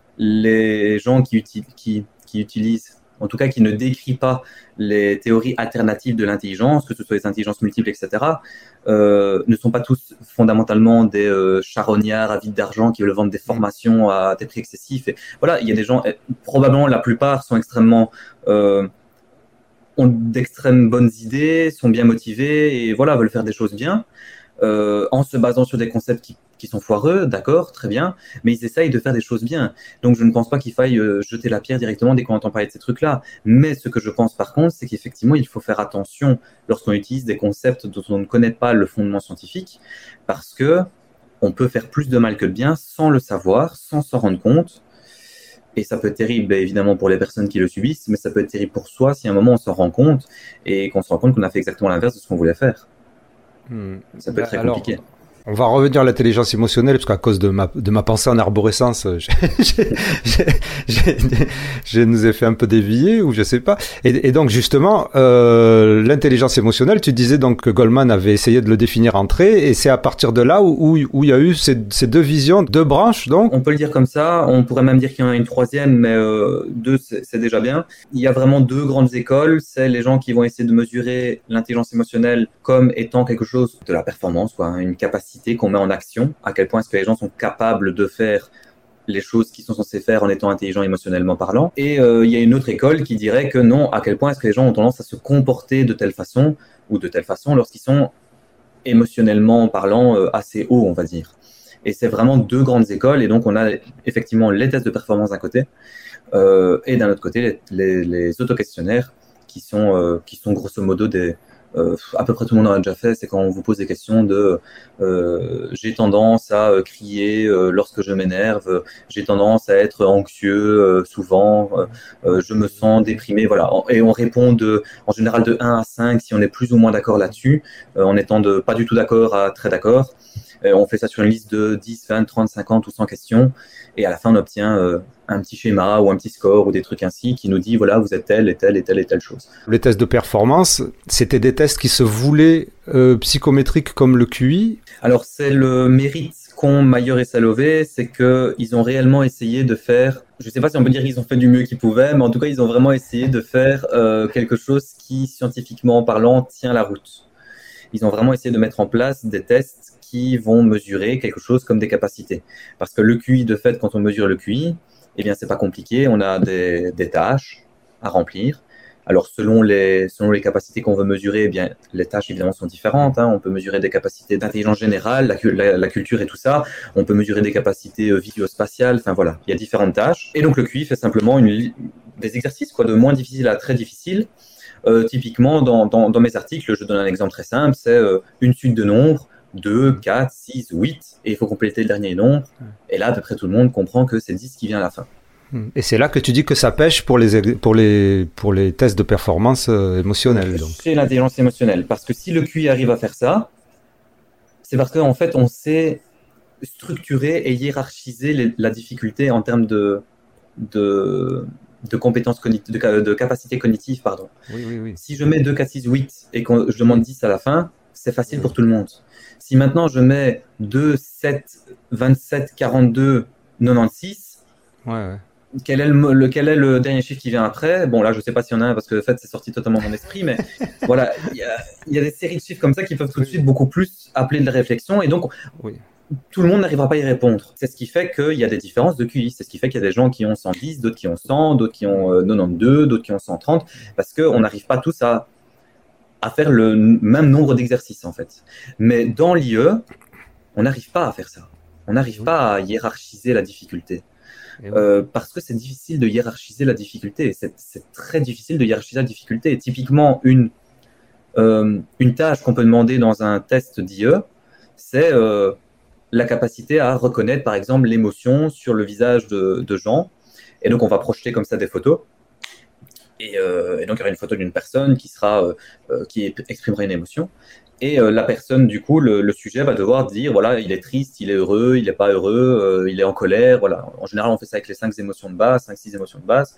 les gens qui, uti- qui, qui utilisent, en tout cas qui ne décrient pas les théories alternatives de l'intelligence, que ce soit les intelligences multiples, et cetera, euh, ne sont pas tous fondamentalement des euh, charognards avides d'argent qui veulent vendre des formations à des prix excessifs. Et voilà, il y a des gens, probablement la plupart sont extrêmement, euh, ont d'extrêmes bonnes idées, sont bien motivés et voilà, veulent faire des choses bien. Euh, en se basant sur des concepts qui, qui sont foireux, d'accord, très bien, mais ils essayent de faire des choses bien. Donc je ne pense pas qu'il faille euh, jeter la pierre directement dès qu'on entend parler de ces trucs-là. Mais ce que je pense par contre, c'est qu'effectivement, il faut faire attention lorsqu'on utilise des concepts dont on ne connaît pas le fondement scientifique, parce que on peut faire plus de mal que de bien sans le savoir, sans s'en rendre compte. Et ça peut être terrible, évidemment, pour les personnes qui le subissent, mais ça peut être terrible pour soi si à un moment on s'en rend compte et qu'on se rend compte qu'on a fait exactement l'inverse de ce qu'on voulait faire. Hmm. Ça peut être très alors, compliqué. On va revenir à l'intelligence émotionnelle, parce qu'à cause de ma, de ma pensée en arborescence, je nous ai fait un peu dévier, ou je sais pas. Et, et donc, justement, euh, l'intelligence émotionnelle, tu disais donc que Goleman avait essayé de le définir en traits, et c'est à partir de là où, où, où il y a eu ces, ces deux visions, deux branches, donc. On peut le dire comme ça, on pourrait même dire qu'il y en a une troisième, mais euh, deux, c'est, c'est déjà bien. Il y a vraiment deux grandes écoles, c'est les gens qui vont essayer de mesurer l'intelligence émotionnelle comme étant quelque chose de la performance, quoi, hein, une capacité qu'on met en action, à quel point est-ce que les gens sont capables de faire les choses qu'ils sont censés faire en étant intelligents émotionnellement parlant. Et euh, il y a une autre école qui dirait que non, à quel point est-ce que les gens ont tendance à se comporter de telle façon ou de telle façon lorsqu'ils sont émotionnellement parlant euh, assez hauts, on va dire. Et c'est vraiment deux grandes écoles, et donc on a effectivement les tests de performance d'un côté, euh, et d'un autre côté les, les, les autoquestionnaires qui sont, euh, qui sont grosso modo des... Euh, à peu près tout le monde en a déjà fait, c'est quand on vous pose des questions de euh, j'ai tendance à euh, crier euh, lorsque je m'énerve, euh, j'ai tendance à être anxieux euh, souvent, euh, euh, je me sens déprimé, voilà. Et on répond de, en général de un à cinq si on est plus ou moins d'accord là-dessus, euh, en étant de pas du tout d'accord à très d'accord. Et on fait ça sur une liste de dix, vingt, trente, cinquante ou cent questions, et à la fin on obtient euh, un petit schéma ou un petit score ou des trucs ainsi qui nous dit voilà, vous êtes telle et telle et telle et telle chose. Les tests de performance, c'était des tests qui se voulaient euh, psychométriques comme le Q I. Alors c'est le mérite qu'ont Mayer et Salovey, c'est qu'ils ont réellement essayé de faire, je ne sais pas si on peut dire qu'ils ont fait du mieux qu'ils pouvaient, mais en tout cas ils ont vraiment essayé de faire euh, quelque chose qui scientifiquement parlant tient la route. Ils ont vraiment essayé de mettre en place des tests qui vont mesurer quelque chose comme des capacités. Parce que le Q I, de fait, quand on mesure le Q I, eh bien, c'est pas compliqué. On a des, des tâches à remplir. Alors, selon les, selon les capacités qu'on veut mesurer, eh bien, les tâches, évidemment, sont différentes. Hein. On peut mesurer des capacités d'intelligence générale, la, la, la culture et tout ça. On peut mesurer des capacités euh, visuospatiales. Enfin, voilà. Il y a différentes tâches. Et donc, le Q I fait simplement une, des exercices, quoi, de moins difficile à très difficile. Euh, typiquement, dans, dans, dans mes articles, je donne un exemple très simple. C'est euh, une suite de nombres. deux, quatre, six, huit, et il faut compléter le dernier nombre. Et là, à peu près tout le monde comprend que c'est dix qui vient à la fin. Et c'est là que tu dis que ça pêche pour les, pour les, pour les tests de performance euh, émotionnelle. Donc. C'est l'intelligence émotionnelle. Parce que si le Q I arrive à faire ça, c'est parce qu'en fait, on sait structurer et hiérarchiser les, la difficulté en termes de, de, de compétences cognitives, de, de capacité cognitive, pardon. Oui, oui, oui. Si je mets deux, quatre, six, huit et que je demande dix à la fin, c'est facile pour tout le monde. Si maintenant je mets deux, sept, vingt-sept, quarante-deux, quatre-vingt-seize, ouais, ouais. Quel est, le, le, quel est le dernier chiffre qui vient après? Bon, là, je ne sais pas s'il y en a un parce que en fait, c'est sorti totalement de mon esprit, mais voilà, il y, y a des séries de chiffres comme ça qui peuvent tout de suite beaucoup plus appeler de la réflexion, et donc oui. Tout le monde n'arrivera pas à y répondre. C'est ce qui fait qu'il y a des différences de Q I. C'est ce qui fait qu'il y a des gens qui ont cent dix, d'autres qui ont cent, d'autres qui ont euh, quatre-vingt-douze, d'autres qui ont cent trente, parce qu'on n'arrive pas tous à, à faire le même nombre d'exercices, en fait. Mais dans l'I E, on n'arrive pas à faire ça. On n'arrive oui. pas à hiérarchiser la difficulté. Oui. Euh, parce que c'est difficile de hiérarchiser la difficulté. C'est, c'est très difficile de hiérarchiser la difficulté. Et typiquement, une, euh, une tâche qu'on peut demander dans un test d'I E, c'est euh, la capacité à reconnaître, par exemple, l'émotion sur le visage de, de gens. Et donc, on va projeter comme ça des photos. Et, euh, et donc, il y aura une photo d'une personne qui, sera, euh, euh, qui exprimera une émotion. Et euh, la personne, du coup, le, le sujet va devoir dire, voilà, il est triste, il est heureux, il n'est pas heureux, euh, il est en colère, voilà. En général, on fait ça avec les cinq émotions de base, cinq, six émotions de base.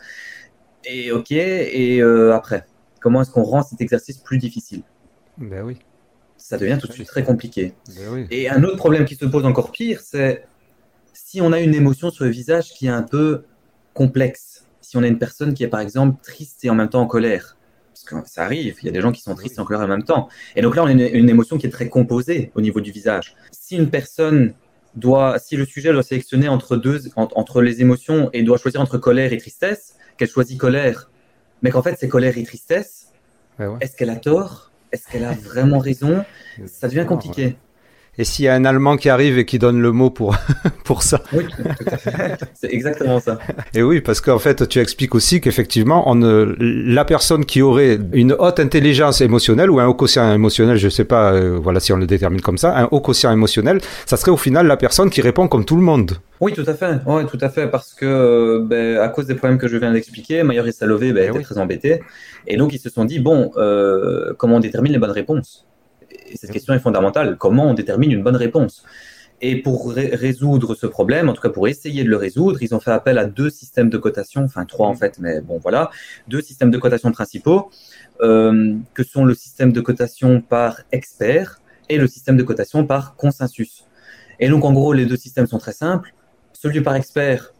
Et ok, et euh, après, comment est-ce qu'on rend cet exercice plus difficile? Ben oui. Ça devient tout de suite très compliqué. Ben oui. Et un autre problème qui se pose encore pire, c'est si on a une émotion sur le visage qui est un peu complexe, si on a une personne qui est par exemple triste et en même temps en colère, parce que ça arrive, il y a des gens qui sont tristes et en colère en même temps. Et donc là, on a une, une émotion qui est très composée au niveau du visage. Si une personne doit, si le sujet doit sélectionner entre deux, entre, entre les émotions et doit choisir entre colère et tristesse, qu'elle choisit colère, mais qu'en fait c'est colère et tristesse, ouais, ouais. Est-ce qu'elle a tort? Est-ce qu'elle a vraiment raison? Ça devient compliqué. Ouais. Et s'il y a un Allemand qui arrive et qui donne le mot pour, pour ça. Oui, tout à fait. C'est exactement ça. Et oui, parce qu'en fait, tu expliques aussi qu'effectivement, on, euh, la personne qui aurait une haute intelligence émotionnelle ou un haut quotient émotionnel, je ne sais pas, euh, voilà, si on le détermine comme ça, un haut quotient émotionnel, ça serait au final la personne qui répond comme tout le monde. Oui, tout à fait. Ouais, tout à fait, parce que ben, à cause des problèmes que je viens d'expliquer, Mayer et Salovey ben, étaient oui. très embêtés. Et donc, ils se sont dit, bon, euh, comment on détermine les bonnes réponses? Et cette question est fondamentale. Comment on détermine une bonne réponse? Et pour ré- résoudre ce problème, en tout cas pour essayer de le résoudre, ils ont fait appel à deux systèmes de cotation, enfin trois en fait, mais bon voilà, deux systèmes de cotation principaux, euh, que sont le système de cotation par expert et le système de cotation par consensus. Et donc en gros, les deux systèmes sont très simples. Celui par expert,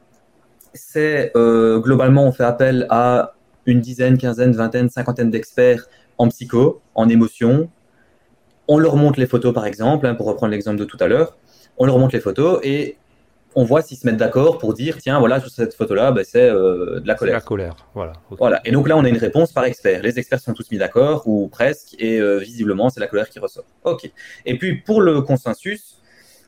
c'est euh, globalement on fait appel à une dizaine, quinzaine, vingtaine, cinquantaine d'experts en psycho, en émotion. On leur montre les photos, par exemple, hein, pour reprendre l'exemple de tout à l'heure. On leur montre les photos et on voit s'ils se mettent d'accord pour dire, tiens, voilà, sur cette photo-là, ben, c'est euh, de la colère. La colère, voilà. Okay. Voilà. Et donc là, on a une réponse par expert. Les experts sont tous mis d'accord, ou presque, et euh, visiblement, c'est la colère qui ressort. OK. Et puis, pour le consensus,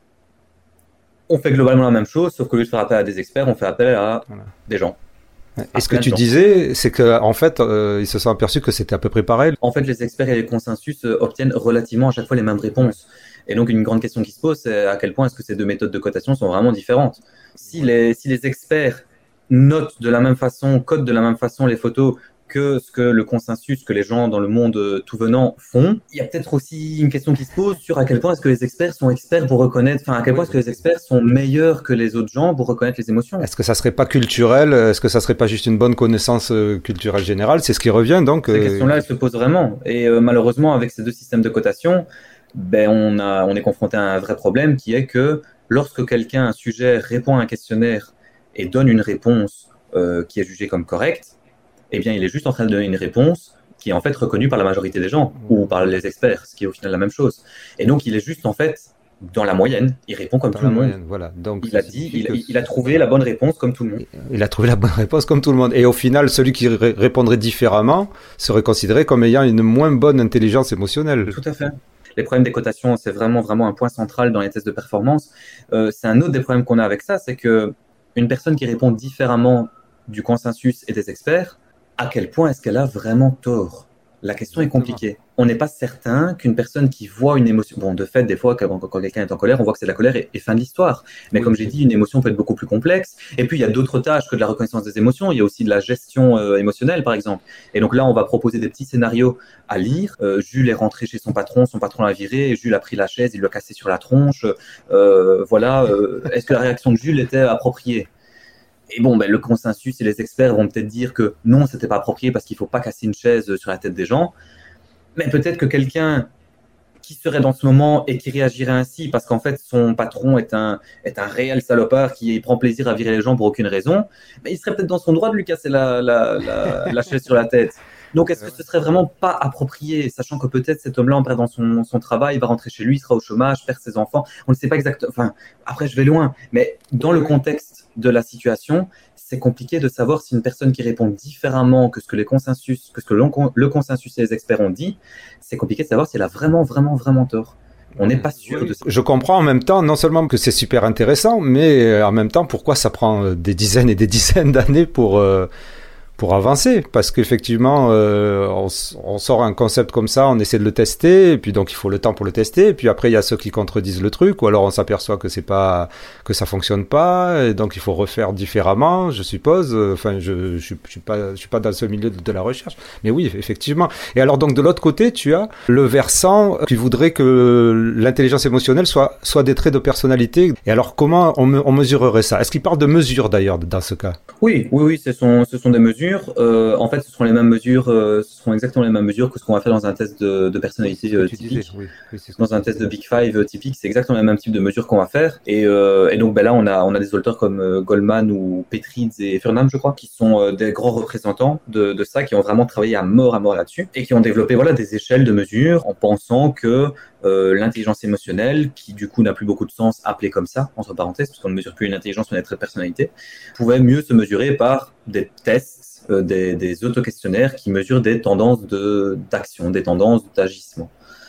on fait globalement la même chose, sauf qu'au lieu de faire appel à des experts, on fait appel à voilà. des gens. Et ce que tu disais, c'est qu'en fait, euh, ils se sont aperçus que c'était à peu près pareil. En fait, les experts et les consensus euh, obtiennent relativement à chaque fois les mêmes réponses. Et donc, une grande question qui se pose, c'est à quel point est-ce que ces deux méthodes de cotation sont vraiment différentes. Si les, si les experts notent de la même façon, codent de la même façon les photos que ce que le consensus, que les gens dans le monde euh, tout venant font, il y a peut-être aussi une question qui se pose sur à quel point est-ce que les experts sont experts pour reconnaître, enfin à quel point est-ce que les experts sont meilleurs que les autres gens pour reconnaître les émotions. Est-ce que ça serait pas culturel? Est-ce que ça serait pas juste une bonne connaissance euh, culturelle générale? C'est ce qui revient donc. Ces euh... questions-là, elles se posent vraiment. Et euh, malheureusement, avec ces deux systèmes de cotation, ben on a, on est confronté à un vrai problème qui est que lorsque quelqu'un, un sujet, répond à un questionnaire et donne une réponse euh, qui est jugée comme correcte, eh bien, il est juste en train de donner une réponse qui est en fait reconnue par la majorité des gens ou par les experts, ce qui est au final la même chose. Et donc, il est juste en fait dans la moyenne. Il répond comme dans tout le monde. Moyenne, voilà. Donc, il a dit, il, que... il a trouvé la bonne réponse comme tout le monde. Il a trouvé la bonne réponse comme tout le monde. Et au final, celui qui ré- répondrait différemment serait considéré comme ayant une moins bonne intelligence émotionnelle. Tout à fait. Les problèmes des cotations, c'est vraiment, vraiment un point central dans les tests de performance. Euh, c'est un autre des problèmes qu'on a avec ça, c'est que une personne qui répond différemment du consensus et des experts, à quel point est-ce qu'elle a vraiment tort? La question Exactement. Est compliquée. On n'est pas certain qu'une personne qui voit une émotion... Bon, de fait, des fois, quand, quand quelqu'un est en colère, on voit que c'est de la colère et, et fin de l'histoire. Mais oui, comme j'ai dit, une émotion peut être beaucoup plus complexe. Et puis, il y a d'autres tâches que de la reconnaissance des émotions. Il y a aussi de la gestion euh, émotionnelle, par exemple. Et donc là, on va proposer des petits scénarios à lire. Euh, Jules est rentré chez son patron, son patron l'a viré, et Jules a pris la chaise, il lui a cassé sur la tronche. Euh, voilà. Euh, est-ce que la réaction de Jules était appropriée? Et bon, ben, le consensus et les experts vont peut-être dire que non, c'était pas approprié parce qu'il faut pas casser une chaise sur la tête des gens. Mais peut-être que quelqu'un qui serait dans ce moment et qui réagirait ainsi parce qu'en fait son patron est un, est un réel salopard qui prend plaisir à virer les gens pour aucune raison, mais il serait peut-être dans son droit de lui casser la, la, la, la chaise sur la tête. Donc, est-ce que ce serait vraiment pas approprié, sachant que peut-être cet homme-là, en perdant son, son travail, va rentrer chez lui, il sera au chômage, perd ses enfants. On ne sait pas exactement. Enfin, après, je vais loin. Mais dans le contexte de la situation, c'est compliqué de savoir si une personne qui répond différemment que ce que les consensus, que ce que le consensus et les experts ont dit, c'est compliqué de savoir si elle a vraiment, vraiment, vraiment tort. On n'est pas sûr de ça. Je comprends en même temps, non seulement que c'est super intéressant, mais en même temps, pourquoi ça prend des dizaines et des dizaines d'années pour... Euh... pour avancer, parce qu'effectivement euh, on, on sort un concept comme ça, on essaie de le tester, et puis donc il faut le temps pour le tester, et puis après il y a ceux qui contredisent le truc, ou alors on s'aperçoit que c'est pas, que ça fonctionne pas, et donc il faut refaire différemment, je suppose. Enfin, je, je, je suis pas, je suis pas dans ce milieu de, de la recherche, mais oui, effectivement. Et alors donc de l'autre côté, tu as le versant qui voudrait que l'intelligence émotionnelle soit, soit des traits de personnalité. Et alors comment on, me, on mesurerait ça? Est-ce qu'il parle de mesures d'ailleurs dans ce cas? Oui, oui, oui, ce sont, ce sont des mesures. Euh, en fait, ce seront les mêmes mesures, euh, ce seront exactement les mêmes mesures que ce qu'on va faire dans un test de, de personnalité euh, typique. Disais, oui, oui, dans un test de Big Five euh, typique, c'est exactement le même type de mesures qu'on va faire. Et, euh, et donc, ben là, on a, on a des auteurs comme euh, Goldman ou Petritz et Furnham, je crois, qui sont euh, des grands représentants de, de ça, qui ont vraiment travaillé à mort à mort là-dessus et qui ont développé voilà des échelles de mesures en pensant que euh, l'intelligence émotionnelle, qui du coup n'a plus beaucoup de sens appelée comme ça, entre parenthèses, parce qu'on ne mesure plus une intelligence mais des traits de personnalité, pouvait mieux se mesurer par des tests, euh, des, des auto-questionnaires qui mesurent des tendances de, d'action, des tendances d'agissement.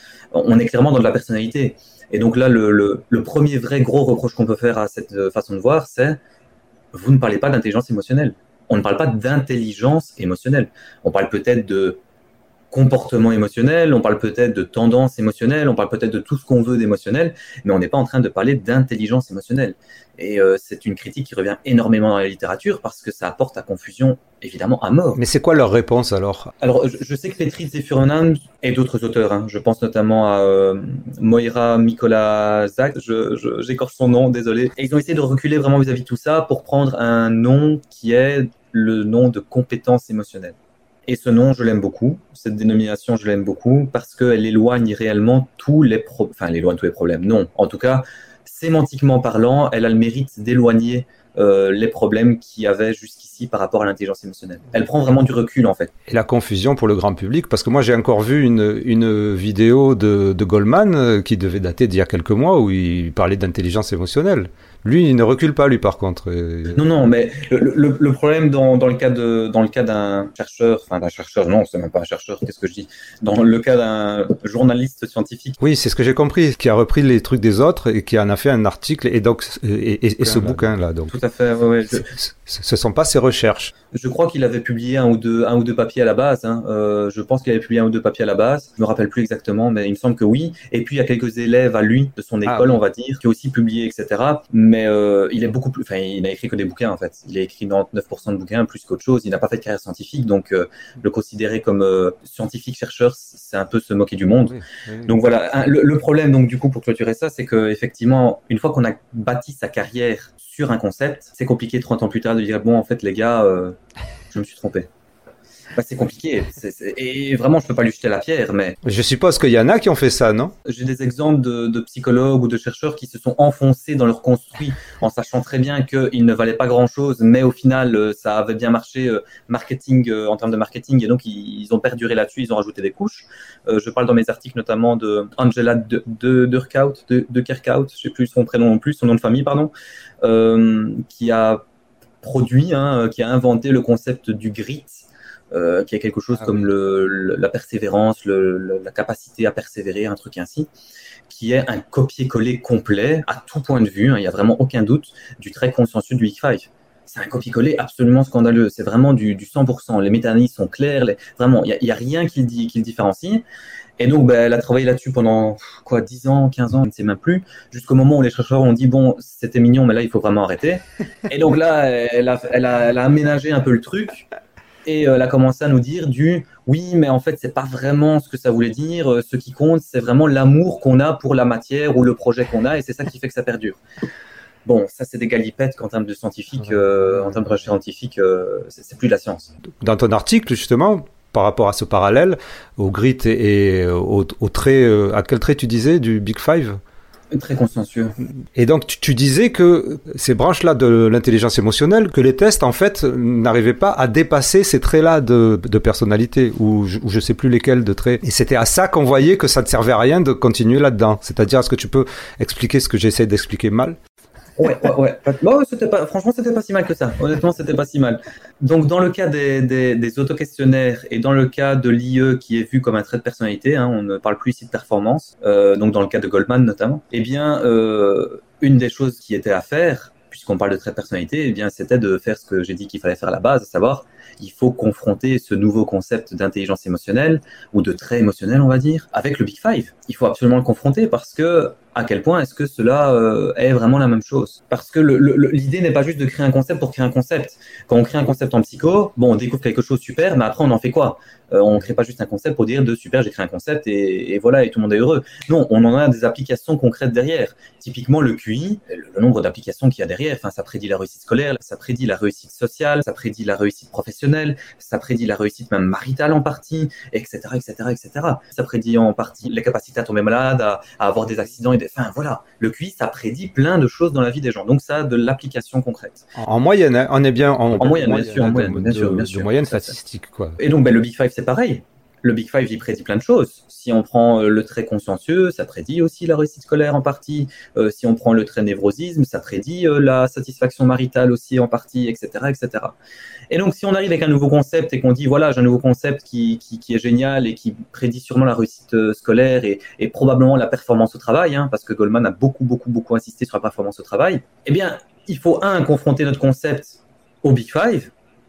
On est clairement dans de la personnalité. Et donc là, le, le, le premier vrai gros reproche qu'on peut faire à cette façon de voir, c'est vous ne parlez pas d'intelligence émotionnelle. On ne parle pas d'intelligence émotionnelle. On parle peut-être de comportement émotionnel, on parle peut-être de tendance émotionnelle, on parle peut-être de tout ce qu'on veut d'émotionnel, mais on n'est pas en train de parler d'intelligence émotionnelle. Et euh, c'est une critique qui revient énormément dans la littérature parce que ça apporte à confusion, évidemment, à mort. Mais c'est quoi leur réponse alors? Alors, je, je sais que Petri Zeffuronen et d'autres auteurs, hein, je pense notamment à euh, Moira Mikołajczak, je, je, j'écorche son nom, désolé, et ils ont essayé de reculer vraiment vis-à-vis de tout ça pour prendre un nom qui est le nom de compétence émotionnelle. Et ce nom, je l'aime beaucoup. Cette dénomination, je l'aime beaucoup parce qu'elle éloigne réellement tous les problèmes. Enfin, elle éloigne tous les problèmes. Non. En tout cas, sémantiquement parlant, elle a le mérite d'éloigner euh, les problèmes qu'il y avait jusqu'ici par rapport à l'intelligence émotionnelle. Elle prend vraiment du recul, en fait. Et la confusion pour le grand public, parce que moi, j'ai encore vu une, une vidéo de, de Goleman qui devait dater d'il y a quelques mois où il parlait d'intelligence émotionnelle. Lui, il ne recule pas, lui, par contre. Non, non, mais le, le, le problème dans, dans le cas de, dans le cas d'un chercheur, enfin d'un chercheur, non, c'est même pas un chercheur, qu'est-ce que je dis? Dans le cas d'un journaliste scientifique. Oui, c'est ce que j'ai compris, qui a repris les trucs des autres et qui en a fait un article, et donc, et, et, et ce bouquin-là, donc. Tout à fait, ouais, ouais. Je... Ce sont pas ses recherches. Je crois qu'il avait publié un ou deux, un ou deux papiers à la base, hein. Euh, je pense qu'il avait publié un ou deux papiers à la base. Je me rappelle plus exactement, mais il me semble que oui. Et puis, il y a quelques élèves à lui, de son école, ah, oui. on va dire, qui ont aussi publié, et cetera. Mais euh, il est beaucoup plus, enfin, il n'a écrit que des bouquins, en fait. Il a écrit quatre-vingt-dix pour cent de bouquins, plus qu'autre chose. Il n'a pas fait de carrière scientifique, donc euh, le considérer comme euh, scientifique chercheur, c'est un peu se moquer du monde. Oui, oui. Donc voilà, un, le, le problème, donc du coup, pour clôturer ça, c'est que effectivement, une fois qu'on a bâti sa carrière sur un concept, c'est compliqué trente ans plus tard de dire bon, en fait, les gars, euh, je me suis trompé. Bah, c'est compliqué. C'est, c'est... Et vraiment, je peux pas lui jeter la pierre, mais... Je suppose qu'il y en a qui ont fait ça, non? J'ai des exemples de, de psychologues ou de chercheurs qui se sont enfoncés dans leur construit en sachant très bien qu'ils ne valaient pas grand-chose, mais au final, ça avait bien marché marketing, en termes de marketing, et donc ils, ils ont perduré là-dessus, ils ont rajouté des couches. Euh, je parle dans mes articles notamment de Angela de, de, de, Kerkhout, de, de Kerkhout, je sais plus son prénom non plus, son nom de famille, pardon, euh, qui a produit, hein, qui a inventé le concept du grit, Euh, qui est quelque chose ah, comme oui. le, le, la persévérance, le, le, la capacité à persévérer, un truc ainsi, qui est un copier-coller complet, à tout point de vue, hein, il n'y a vraiment aucun doute, du trait consciencieux du Big Five. C'est un copier-coller absolument scandaleux, c'est vraiment du, du cent pour cent, les méta-analyses sont claires, les, vraiment, il n'y a, a rien qui le, dit, qui le différencie. Et donc, ben, elle a travaillé là-dessus pendant quoi, dix ans, quinze ans, je ne sais même plus, jusqu'au moment où les chercheurs ont dit bon, c'était mignon, mais là, il faut vraiment arrêter. Et donc là, elle a, elle a, elle a aménagé un peu le truc. Et euh, elle a commencé à nous dire du oui, mais en fait, c'est pas vraiment ce que ça voulait dire. Euh, ce qui compte, c'est vraiment l'amour qu'on a pour la matière ou le projet qu'on a, et c'est ça qui fait que ça perdure. Bon, ça, c'est des galipettes qu'en termes de scientifique, euh, en termes de recherche scientifique, euh, c'est, c'est plus de la science. Dans ton article, justement, par rapport à ce parallèle, au grit et, et au, au trait, euh, à quel trait tu disais du Big Five? Très consciencieux. Et donc, tu, tu disais que ces branches-là de l'intelligence émotionnelle, que les tests, en fait, n'arrivaient pas à dépasser ces traits-là de, de personnalité, ou je, ou je sais plus lesquels de traits. Et c'était à ça qu'on voyait que ça ne servait à rien de continuer là-dedans. C'est-à-dire, est-ce que tu peux expliquer ce que j'essaie d'expliquer mal? Ouais, ouais, ouais. Bon, c'était pas, franchement, c'était pas si mal que ça. Honnêtement, c'était pas si mal. Donc, dans le cas des, des, des autoquestionnaires et dans le cas de l'I E qui est vu comme un trait de personnalité, hein, on ne parle plus ici de performance, euh, donc dans le cas de Goleman notamment, eh bien, euh, une des choses qui était à faire, puisqu'on parle de trait de personnalité, eh bien, c'était de faire ce que j'ai dit qu'il fallait faire à la base, à savoir, il faut confronter ce nouveau concept d'intelligence émotionnelle ou de trait émotionnel, on va dire, avec le Big Five. Il faut absolument le confronter parce que à quel point est-ce que cela euh, est vraiment la même chose? Parce que le, le, l'idée n'est pas juste de créer un concept pour créer un concept. Quand on crée un concept en psycho, bon, on découvre quelque chose super, mais après on en fait quoi? euh, On ne crée pas juste un concept pour dire de super, j'ai créé un concept et, et voilà, et tout le monde est heureux. Non, on en a des applications concrètes derrière. Typiquement le Q I, le, le nombre d'applications qu'il y a derrière, enfin, ça prédit la réussite scolaire, ça prédit la réussite sociale, ça prédit la réussite professionnelle, ça prédit la réussite même maritale en partie, et cetera, et cetera, et cetera. Ça prédit en partie les capacités à tomber malade, à, à avoir des accidents et des... Enfin, voilà. Le Q I, ça prédit plein de choses dans la vie des gens. Donc, ça a de l'application concrète. En moyenne, hein, on est bien en, en moyenne, bien sûr, en moyenne, bien sûr, bien sûr. De moyenne statistique, quoi. Et donc, ben, le Big Five, c'est pareil. Le Big Five, il prédit plein de choses. Si on prend euh, le trait consciencieux, ça prédit aussi la réussite scolaire en partie. Euh, si on prend le trait névrosisme, ça prédit euh, la satisfaction maritale aussi en partie, et cetera, et cetera. Et donc, si on arrive avec un nouveau concept et qu'on dit, voilà, j'ai un nouveau concept qui, qui, qui est génial et qui prédit sûrement la réussite euh, scolaire et, et probablement la performance au travail, hein, parce que Goleman a beaucoup, beaucoup, beaucoup insisté sur la performance au travail, eh bien, il faut, un, confronter notre concept au Big Five,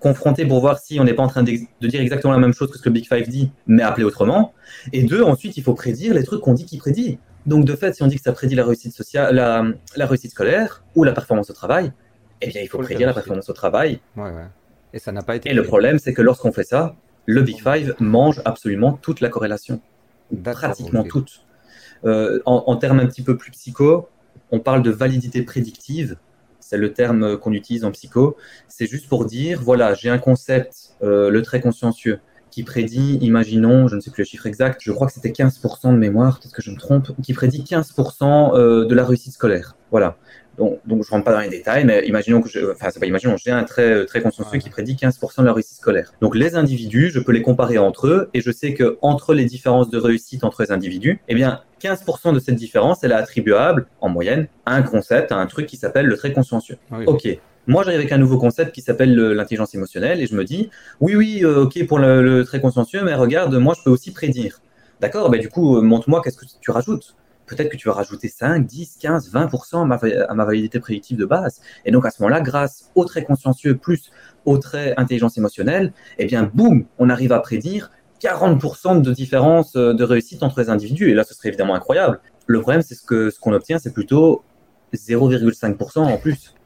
confronter pour voir si on n'est pas en train de dire exactement la même chose que ce que le Big Five dit, mais appelé autrement. Et deux, ensuite, il faut prédire les trucs qu'on dit qu'il prédit. Donc, de fait, si on dit que ça prédit la réussite sociale, la, la réussite scolaire ou la performance au travail, eh bien, il faut, faut prédire la performance au travail. Ouais, ouais. Et ça n'a pas été. Et le problème, c'est que lorsqu'on fait ça, le Big Five mange absolument toute la corrélation. Pratiquement okay. toute. Euh, en, en termes un petit peu plus psycho, on parle de validité prédictive. C'est le terme qu'on utilise en psycho. C'est juste pour dire, voilà, j'ai un concept, euh, le trait consciencieux, qui prédit, imaginons, je ne sais plus le chiffre exact, je crois que c'était quinze pour cent de mémoire, peut-être que je me trompe, qui prédit quinze pour cent euh, de la réussite scolaire. Voilà. Donc, donc je ne rentre pas dans les détails, mais imaginons que je, enfin, c'est pas imaginons, j'ai un trait, trait consciencieux qui prédit quinze pour cent de la réussite scolaire. Donc, les individus, je peux les comparer entre eux, et je sais que entre les différences de réussite entre les individus, eh bien, quinze pour cent de cette différence, elle est attribuable, en moyenne, à un concept, à un truc qui s'appelle le trait consciencieux. Oui. Ok. Moi, j'arrive avec un nouveau concept qui s'appelle l'intelligence émotionnelle, et je me dis, oui, oui, euh, ok pour le, le trait consciencieux, mais regarde, moi, je peux aussi prédire. D'accord, ben, du coup, montre-moi qu'est-ce que tu rajoutes. Peut-être que tu vas rajouter cinq, dix, quinze, vingt pour cent à ma, à ma validité prédictive de base. Et donc, à ce moment-là, grâce au trait consciencieux plus au trait intelligence émotionnelle, eh bien, boum, on arrive à prédire quarante pour cent de différence de réussite entre les individus. Et là, ce serait évidemment incroyable. Le problème, c'est ce que, ce qu'on obtient, c'est plutôt zéro virgule cinq pour cent en plus.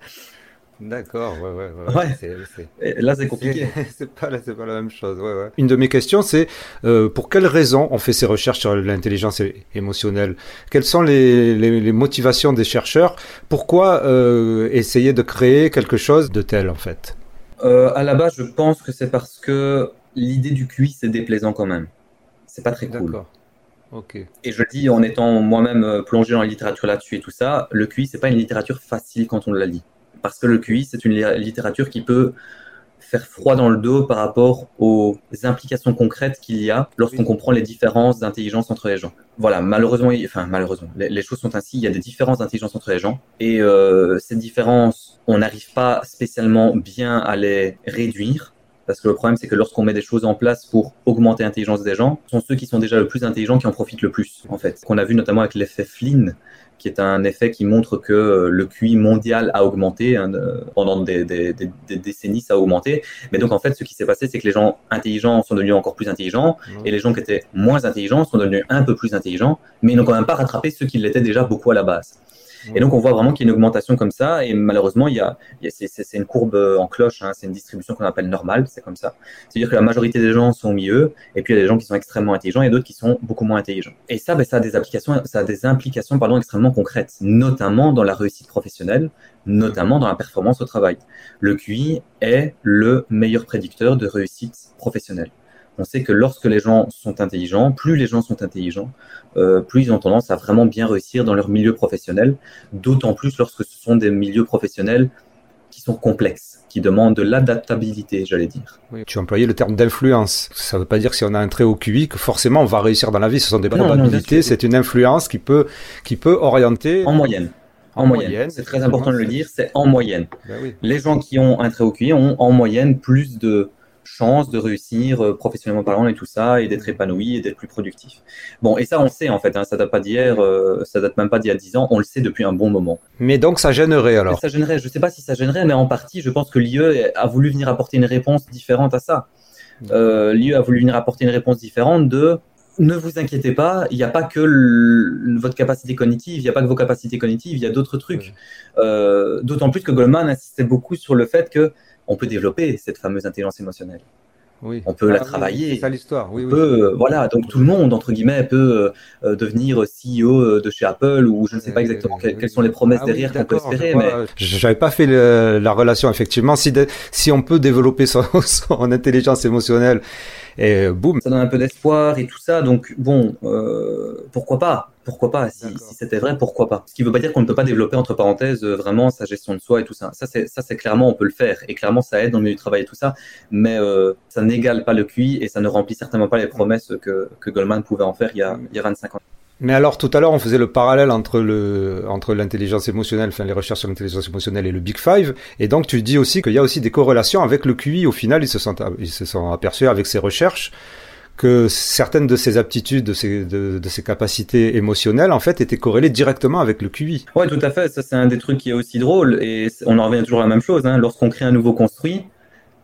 D'accord, ouais, ouais, ouais. ouais. C'est, c'est... Là, c'est compliqué. C'est pas, c'est pas la même chose, ouais, ouais. Une de mes questions, c'est euh, pour quelles raisons on fait ces recherches sur l'intelligence émotionnelle ? Quelles sont les, les, les motivations des chercheurs ? Pourquoi euh, essayer de créer quelque chose de tel, en fait ? euh, À la base, je pense que c'est parce que l'idée du Q I, c'est déplaisant quand même. C'est pas très cool. D'accord. Okay. Et je le dis en étant moi-même plongé dans la littérature là-dessus et tout ça, le Q I, c'est pas une littérature facile quand on la lit. Parce que le Q I, c'est une littérature qui peut faire froid dans le dos par rapport aux implications concrètes qu'il y a lorsqu'on comprend les différences d'intelligence entre les gens. Voilà, malheureusement, enfin malheureusement, les, les choses sont ainsi, il y a des différences d'intelligence entre les gens, et euh, ces différences, on n'arrive pas spécialement bien à les réduire, parce que le problème, c'est que lorsqu'on met des choses en place pour augmenter l'intelligence des gens, ce sont ceux qui sont déjà le plus intelligents qui en profitent le plus, en fait. Qu'on a vu notamment avec l'effet Flynn, qui est un effet qui montre que le Q I mondial a augmenté, hein, pendant des, des, des, des décennies, ça a augmenté. Mais donc, en fait, ce qui s'est passé, c'est que les gens intelligents sont devenus encore plus intelligents, mmh. et les gens qui étaient moins intelligents sont devenus un peu plus intelligents, mais ils n'ont quand même pas rattrapé ceux qui l'étaient déjà beaucoup à la base. Et donc, on voit vraiment qu'il y a une augmentation comme ça. Et malheureusement, il y a, il y a, c'est, c'est une courbe en cloche. Hein, c'est une distribution qu'on appelle normale. C'est comme ça. C'est-à-dire que la majorité des gens sont au milieu. Et puis, il y a des gens qui sont extrêmement intelligents et d'autres qui sont beaucoup moins intelligents. Et ça, ben, ça a des applications, ça a des implications, pardon, extrêmement concrètes, notamment dans la réussite professionnelle, notamment dans la performance au travail. Le Q I est le meilleur prédicteur de réussite professionnelle. On sait que lorsque les gens sont intelligents, plus les gens sont intelligents, euh, plus ils ont tendance à vraiment bien réussir dans leur milieu professionnel, d'autant plus lorsque ce sont des milieux professionnels qui sont complexes, qui demandent de l'adaptabilité, j'allais dire. Oui, tu employais le terme d'influence. Ça ne veut pas dire que si on a un très haut Q I, que forcément on va réussir dans la vie. Ce sont des probabilités, non, c'est une influence qui peut, qui peut orienter... En moyenne. En, en moyenne, moyenne c'est très important de le dire, c'est en moyenne. Ben oui. Les gens qui ont un très haut Q I ont en moyenne plus de chance de réussir euh, professionnellement parlant et tout ça, et d'être épanoui et d'être plus productif. Bon, et ça on sait en fait, hein, ça date pas d'hier, euh, ça date même pas d'il y a dix ans, on le sait depuis un bon moment. Mais donc ça gênerait alors mais Ça gênerait, je sais pas si ça gênerait, mais en partie je pense que l'I E a voulu venir apporter une réponse différente à ça. Euh, L'I E a voulu venir apporter une réponse différente de ne vous inquiétez pas, il n'y a pas que le, votre capacité cognitive, il n'y a pas que vos capacités cognitives, il y a d'autres trucs. Oui. Euh, d'autant plus que Goleman insistait beaucoup sur le fait que on peut développer cette fameuse intelligence émotionnelle. Oui. On peut ah, la travailler. Oui, c'est ça l'histoire. Oui, on oui. peut, euh, voilà, donc tout le monde, entre guillemets, peut euh, devenir C E O de chez Apple ou je ne sais pas exactement oui, quelles, oui. quelles sont les promesses ah, derrière oui, qu'on peut espérer. Mais... J'avais pas fait le, la relation, effectivement. Si, de, si on peut développer son, son intelligence émotionnelle, et boum. Ça donne un peu d'espoir et tout ça. Donc, bon, euh, pourquoi pas Pourquoi pas si, si c'était vrai, pourquoi pas Ce qui ne veut pas dire qu'on ne peut pas développer, entre parenthèses, vraiment sa gestion de soi et tout ça. Ça, c'est, ça, c'est clairement, on peut le faire. Et clairement, ça aide dans le milieu du travail et tout ça. Mais euh, ça n'égale pas le Q I et ça ne remplit certainement pas les promesses que, que Goleman pouvait en faire il y a, il y a vingt-cinq ans. Mais alors, tout à l'heure, on faisait le parallèle entre le, entre l'intelligence émotionnelle, enfin, les recherches sur l'intelligence émotionnelle et le Big Five. Et donc, tu dis aussi qu'il y a aussi des corrélations avec le Q I. Au final, ils se sont, ils se sont aperçus avec ces recherches que certaines de ces aptitudes, de ces, de, de ces capacités émotionnelles, en fait, étaient corrélées directement avec le Q I. Ouais, tout à fait. Ça, c'est un des trucs qui est aussi drôle. Et on en revient toujours à la même chose, hein. Lorsqu'on crée un nouveau construit,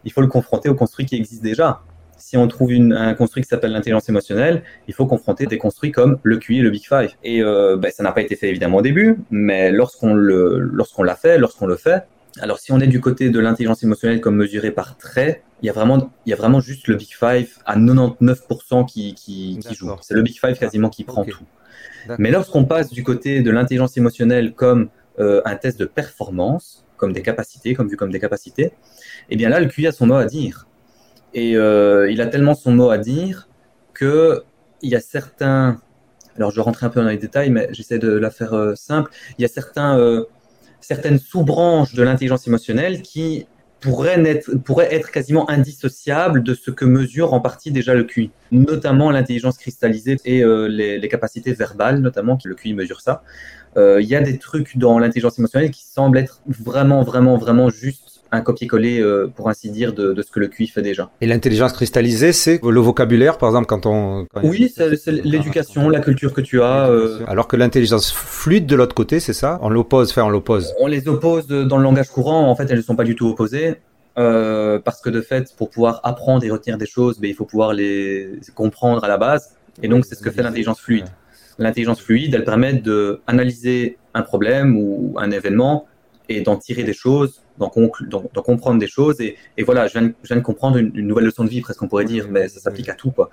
il faut le confronter aux construits qui existent déjà. Si on trouve une, un construit qui s'appelle l'intelligence émotionnelle, il faut confronter des construits comme le Q I et le Big Five. Et euh, ben, ça n'a pas été fait évidemment au début, mais lorsqu'on, le, lorsqu'on l'a fait, lorsqu'on le fait, alors si on est du côté de l'intelligence émotionnelle comme mesurée par trait, il y a vraiment, il y a vraiment juste le Big Five à quatre-vingt-dix-neuf pour cent qui, qui, qui joue. C'est le Big Five quasiment qui prend okay. tout. D'accord. Mais lorsqu'on passe du côté de l'intelligence émotionnelle comme euh, un test de performance, comme des capacités, comme vu comme des capacités, eh bien là, le Q I a son mot à dire. Et euh, il a tellement son mot à dire qu'il y a certains... Alors, je vais rentrer un peu dans les détails, mais j'essaie de la faire euh, simple. Il y a certains, euh, certaines sous-branches de l'intelligence émotionnelle qui pourraient être, pourraient être quasiment indissociables de ce que mesure en partie déjà le Q I, notamment l'intelligence cristallisée et euh, les, les capacités verbales, notamment, le Q I mesure ça. Euh, il y a des trucs dans l'intelligence émotionnelle qui semblent être vraiment, vraiment, vraiment juste un copier-coller, euh, pour ainsi dire, de, de ce que le Q I fait déjà. Et l'intelligence cristallisée, c'est le vocabulaire, par exemple, quand on... Quand oui, c'est, c'est l'éducation, la culture que tu as. Euh... Alors que l'intelligence fluide, de l'autre côté, c'est ça? On l'oppose, enfin, on l'oppose. On les oppose dans le langage courant. En fait, elles ne sont pas du tout opposées. Euh, parce que de fait, pour pouvoir apprendre et retenir des choses, ben, il faut pouvoir les comprendre à la base. Et donc, c'est ce que fait l'intelligence fluide. L'intelligence fluide, elle permet d'analyser un problème ou un événement et d'en tirer des choses, d'en, conclu- d'en, d'en comprendre des choses. Et, et voilà, je viens, de, je viens de comprendre une, une nouvelle leçon de vie, presque on pourrait dire, mais ça s'applique à tout, quoi.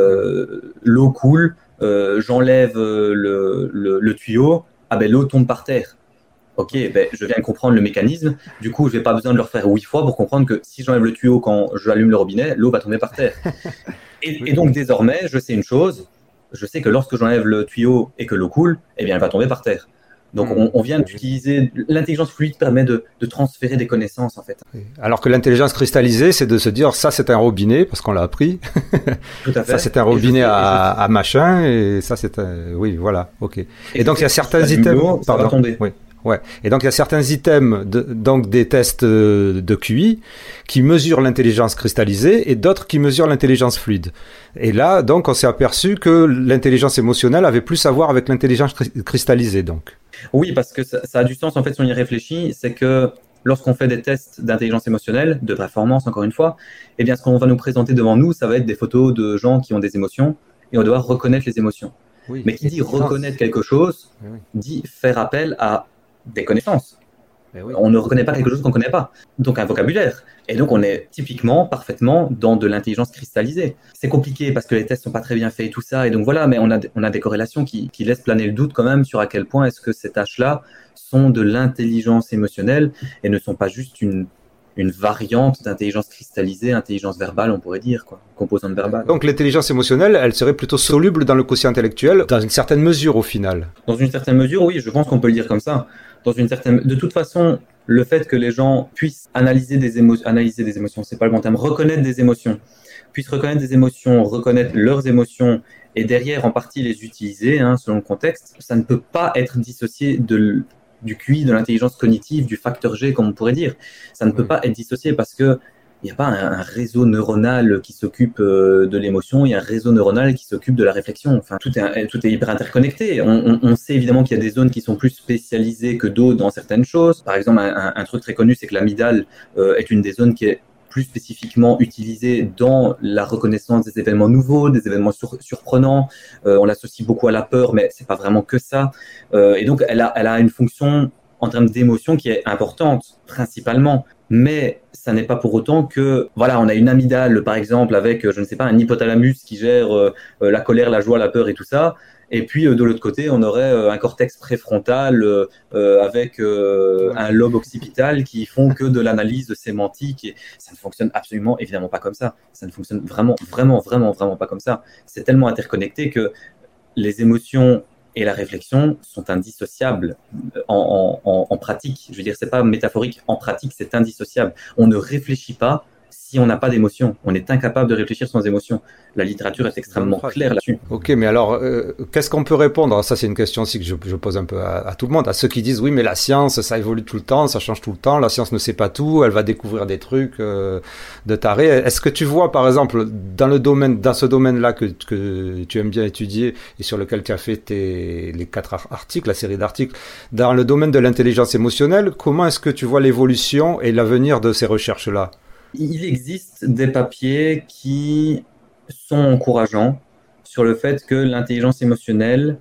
Euh, l'eau coule, euh, j'enlève le, le, le tuyau, ah ben l'eau tombe par terre. Ok, ben je viens de comprendre le mécanisme, du coup je n'ai pas besoin de le refaire huit fois pour comprendre que si j'enlève le tuyau quand j'allume le robinet, l'eau va tomber par terre. Et, et donc désormais, je sais une chose, je sais que lorsque j'enlève le tuyau et que l'eau coule, eh bien elle va tomber par terre. Donc, on, on vient d'utiliser... L'intelligence fluide permet de, de transférer des connaissances, en fait. Alors que l'intelligence cristallisée, c'est de se dire, ça, c'est un robinet, parce qu'on l'a appris. Tout à fait. Ça, c'est un robinet à, à machin, et ça, c'est un... Oui, voilà, ok. Et, et donc, il y a certains items... L'eau, ça va tomber. Oui. Ouais. Et donc il y a certains items, de, donc des tests de Q I, qui mesurent l'intelligence cristallisée et d'autres qui mesurent l'intelligence fluide. Et là, donc, on s'est aperçu que l'intelligence émotionnelle avait plus à voir avec l'intelligence cristallisée, donc. Oui, parce que ça, ça a du sens en fait si on y réfléchit, c'est que lorsqu'on fait des tests d'intelligence émotionnelle, de performance encore une fois, eh bien ce qu'on va nous présenter devant nous, ça va être des photos de gens qui ont des émotions et on doit reconnaître les émotions. Oui. Mais qui dit reconnaître quelque chose, oui. dit faire appel à des connaissances. Oui. On ne reconnaît pas quelque chose qu'on ne connaît pas. Donc un vocabulaire. Et donc on est typiquement, parfaitement dans de l'intelligence cristallisée. C'est compliqué parce que les tests sont pas très bien faits et tout ça. Et donc voilà, mais on a, on a des corrélations qui, qui laissent planer le doute quand même sur à quel point est-ce que ces tâches-là sont de l'intelligence émotionnelle et ne sont pas juste une, une variante d'intelligence cristallisée, intelligence verbale, on pourrait dire, quoi, composante verbale. Donc l'intelligence émotionnelle, elle serait plutôt soluble dans le quotient intellectuel, dans une certaine mesure au final. Dans une certaine mesure, oui, je pense qu'on peut le dire comme ça. Dans une certaine, de toute façon, le fait que les gens puissent analyser des émotions, analyser des émotions, c'est pas le bon terme, reconnaître des émotions, puissent reconnaître des émotions, reconnaître leurs émotions et derrière en partie les utiliser, hein, selon le contexte, ça ne peut pas être dissocié de du Q I, de l'intelligence cognitive, du facteur G, comme on pourrait dire. Ça ne peut pas être dissocié parce que il n'y a pas un, un réseau neuronal qui s'occupe euh, de l'émotion, il y a un réseau neuronal qui s'occupe de la réflexion. Enfin, tout est, tout est hyper interconnecté. On, on, on sait évidemment qu'il y a des zones qui sont plus spécialisées que d'autres dans certaines choses. Par exemple, un, un, un truc très connu, c'est que l'amygdale euh, est une des zones qui est plus spécifiquement utilisée dans la reconnaissance des événements nouveaux, des événements sur, surprenants. Euh, on l'associe beaucoup à la peur, mais c'est pas vraiment que ça. Euh, et donc, elle a, elle a une fonction en termes d'émotion qui est importante, principalement. Mais ça n'est pas pour autant que, voilà, on a une amygdale, par exemple, avec, je ne sais pas, un hypothalamus qui gère euh, la colère, la joie, la peur et tout ça. Et puis, euh, de l'autre côté, on aurait euh, un cortex préfrontal euh, euh, avec euh, un lobe occipital qui font que de l'analyse sémantique. Et ça ne fonctionne absolument, évidemment pas comme ça. Ça ne fonctionne vraiment, vraiment, vraiment, vraiment pas comme ça. C'est tellement interconnecté que les émotions et la réflexion sont indissociables en, en, en pratique. Je veux dire, c'est pas métaphorique. En pratique, c'est indissociable. On ne réfléchit pas si on n'a pas d'émotion. On est incapable de réfléchir sans émotion. La littérature est extrêmement claire là-dessus. Ok, mais alors, euh, qu'est-ce qu'on peut répondre? Alors ça, c'est une question aussi que je, je pose un peu à, à tout le monde, à ceux qui disent, oui, mais la science, ça évolue tout le temps, ça change tout le temps, la science ne sait pas tout, elle va découvrir des trucs euh, de taré. Est-ce que tu vois, par exemple, dans le domaine, dans ce domaine-là que, que tu aimes bien étudier et sur lequel tu as fait tes, les quatre articles, la série d'articles, dans le domaine de l'intelligence émotionnelle, comment est-ce que tu vois l'évolution et l'avenir de ces recherches-là? Il existe des papiers qui sont encourageants sur le fait que l'intelligence émotionnelle,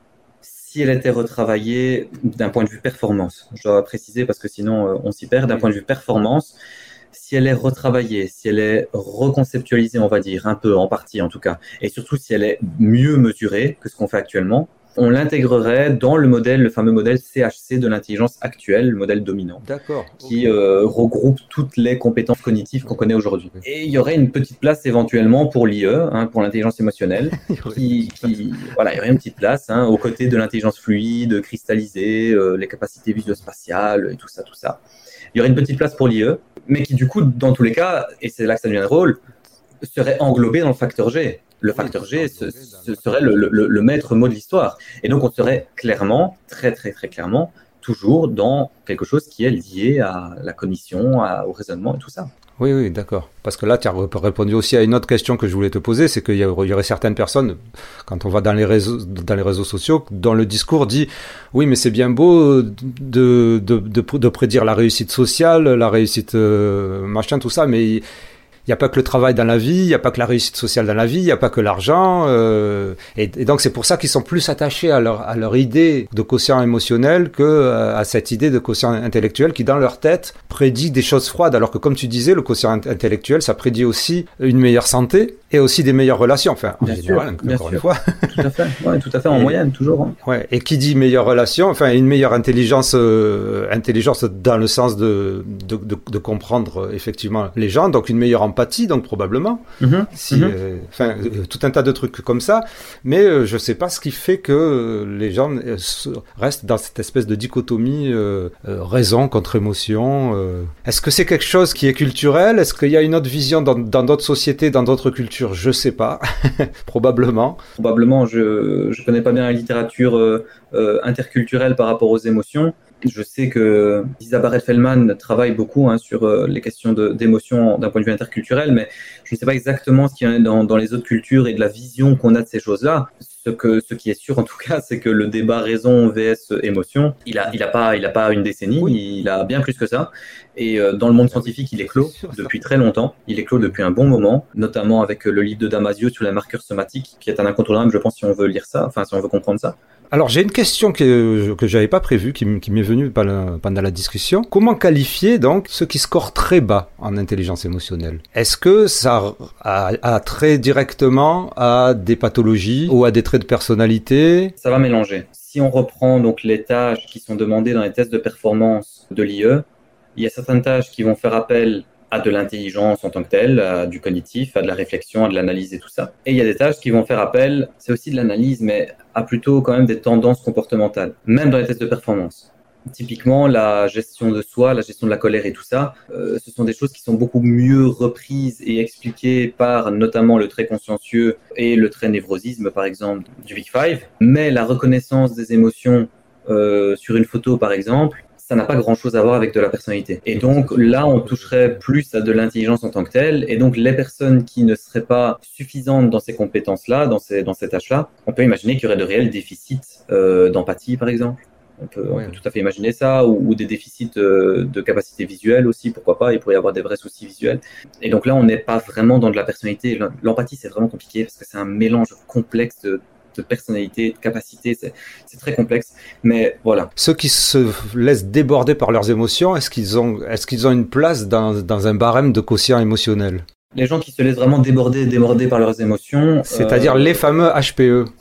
si elle était retravaillée d'un point de vue performance, je dois préciser parce que sinon euh, on s'y perd, d'un point de vue performance, si elle est retravaillée, si elle est reconceptualisée, on va dire, un peu, en partie en tout cas, et surtout si elle est mieux mesurée que ce qu'on fait actuellement, on l'intégrerait dans le modèle, le fameux modèle C H C de l'intelligence actuelle, le modèle dominant, D'accord, qui okay. euh, regroupe toutes les compétences cognitives qu'on connaît aujourd'hui. Et il y aurait une petite place éventuellement pour l'I E, hein, pour l'intelligence émotionnelle, qui, qui, voilà, il y aurait une petite place, hein, aux côtés de l'intelligence fluide, cristallisée, euh, les capacités visuospatiales et tout ça, tout ça. Il y aurait une petite place pour l'I E, mais qui du coup, dans tous les cas, et c'est là que ça devient drôle, serait englobé dans le facteur G. Le facteur G, ce, ce serait le, le, le maître mot de l'histoire. Et donc, on serait clairement, très, très, très clairement, toujours dans quelque chose qui est lié à la cognition, à, au raisonnement et tout ça. Oui, oui, d'accord. Parce que là, tu as répondu aussi à une autre question que je voulais te poser, c'est qu'il y aurait certaines personnes, quand on va dans les réseaux, dans les réseaux sociaux, dont le discours dit « Oui, mais c'est bien beau de, de, de, de prédire la réussite sociale, la réussite euh, machin, tout ça, mais... » Il n'y a pas que le travail dans la vie, il n'y a pas que la réussite sociale dans la vie, il n'y a pas que l'argent. Euh, et, et donc, c'est pour ça qu'ils sont plus attachés à leur, à leur idée de quotient émotionnel que euh, à cette idée de quotient intellectuel qui, dans leur tête, prédit des choses froides. Alors que, comme tu disais, le quotient intellectuel, ça prédit aussi une meilleure santé et aussi des meilleures relations. Enfin, en bien général, sûr, encore bien une sûr. fois. Tout à fait, ouais, tout à fait, en et, moyenne, toujours. Hein. Ouais. Et qui dit meilleure relation, enfin, une meilleure intelligence, euh, intelligence dans le sens de, de, de, de comprendre effectivement les gens, donc une meilleure empathie, donc probablement, mm-hmm, si, mm-hmm. Euh, enfin, euh, tout un tas de trucs comme ça, mais euh, je sais pas ce qui fait que euh, les gens euh, restent dans cette espèce de dichotomie euh, euh, raison contre émotion. Euh. Est-ce que c'est quelque chose qui est culturel? Est-ce qu'il y a une autre vision dans, dans d'autres sociétés, dans d'autres cultures? Je sais pas, probablement. Probablement, je je connais pas bien la littérature euh, euh, interculturelle par rapport aux émotions. Je sais que Lisa Barrett-Feldman travaille beaucoup hein, sur euh, les questions de, d'émotions d'un point de vue interculturel, mais je ne sais pas exactement ce qu'il y en a dans, dans les autres cultures et de la vision qu'on a de ces choses-là. Ce, que, ce qui est sûr en tout cas, c'est que le débat raison vs émotion, il a, il a pas, il a pas une décennie, oui. Il a bien plus que ça. Et euh, dans le monde scientifique, il est clos sûr, depuis très longtemps. Il est clos depuis un bon moment, notamment avec le livre de Damasio sur les marqueurs somatiques, qui est un incontournable, je pense, si on veut lire ça, enfin si on veut comprendre ça. Alors j'ai une question que que j'avais pas prévue, qui, qui m'est venue pendant la discussion. Comment qualifier donc ceux qui scorent très bas en intelligence émotionnelle? Est-ce que ça a, a trait directement à des pathologies ou à des traits de personnalité? Ça va mélanger. Si on reprend donc les tâches qui sont demandées dans les tests de performance de l'I E, il y a certaines tâches qui vont faire appel à de l'intelligence en tant que telle, à du cognitif, à de la réflexion, à de l'analyse et tout ça. Et il y a des tâches qui vont faire appel, c'est aussi de l'analyse, mais à plutôt quand même des tendances comportementales, même dans les tests de performance. Typiquement, la gestion de soi, la gestion de la colère et tout ça, euh, ce sont des choses qui sont beaucoup mieux reprises et expliquées par notamment le trait consciencieux et le trait névrosisme, par exemple, du Big Five. Mais la reconnaissance des émotions euh, sur une photo, par exemple, ça n'a pas grand-chose à voir avec de la personnalité. Et donc là, on toucherait plus à de l'intelligence en tant que telle. Et donc les personnes qui ne seraient pas suffisantes dans ces compétences-là, dans ces, dans ces tâches-là, on peut imaginer qu'il y aurait de réels déficits euh, d'empathie, par exemple. On peut, on peut tout à fait imaginer ça, ou, ou des déficits euh, de capacité visuelle aussi, pourquoi pas, il pourrait y avoir des vrais soucis visuels. Et donc là, on n'est pas vraiment dans de la personnalité. L'empathie, c'est vraiment compliqué parce que c'est un mélange complexe de de personnalité, de capacité, c'est, c'est très complexe, mais voilà. Ceux qui se laissent déborder par leurs émotions, est-ce qu'ils ont, est-ce qu'ils ont une place dans, dans un barème de quotient émotionnel? Les gens qui se laissent vraiment déborder, déborder par leurs émotions... C'est-à-dire euh... les fameux H P E.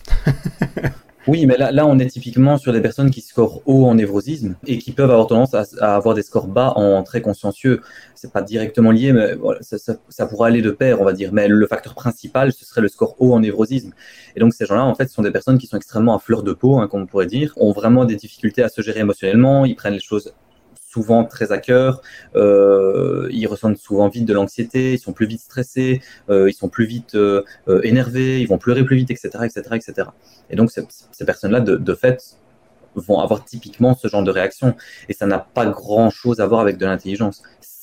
Oui, mais là, là, on est typiquement sur des personnes qui scorent haut en névrosisme et qui peuvent avoir tendance à, à avoir des scores bas en très consciencieux. C'est pas directement lié, mais voilà, ça, ça, ça pourrait aller de pair, on va dire. Mais le facteur principal, ce serait le score haut en névrosisme. Et donc, ces gens-là, en fait, sont des personnes qui sont extrêmement à fleur de peau, hein, comme on pourrait dire, ont vraiment des difficultés à se gérer émotionnellement, ils prennent les choses souvent très à cœur, euh, ils ressentent souvent vite de l'anxiété, ils sont plus vite stressés, euh, ils sont plus vite euh, euh, énervés, ils vont pleurer plus vite, et cetera, et cetera, et cetera. Et donc ces, ces personnes-là, de, de fait, vont avoir typiquement ce genre de réaction, et ça n'a pas grand-chose à voir avec de l'intelligence.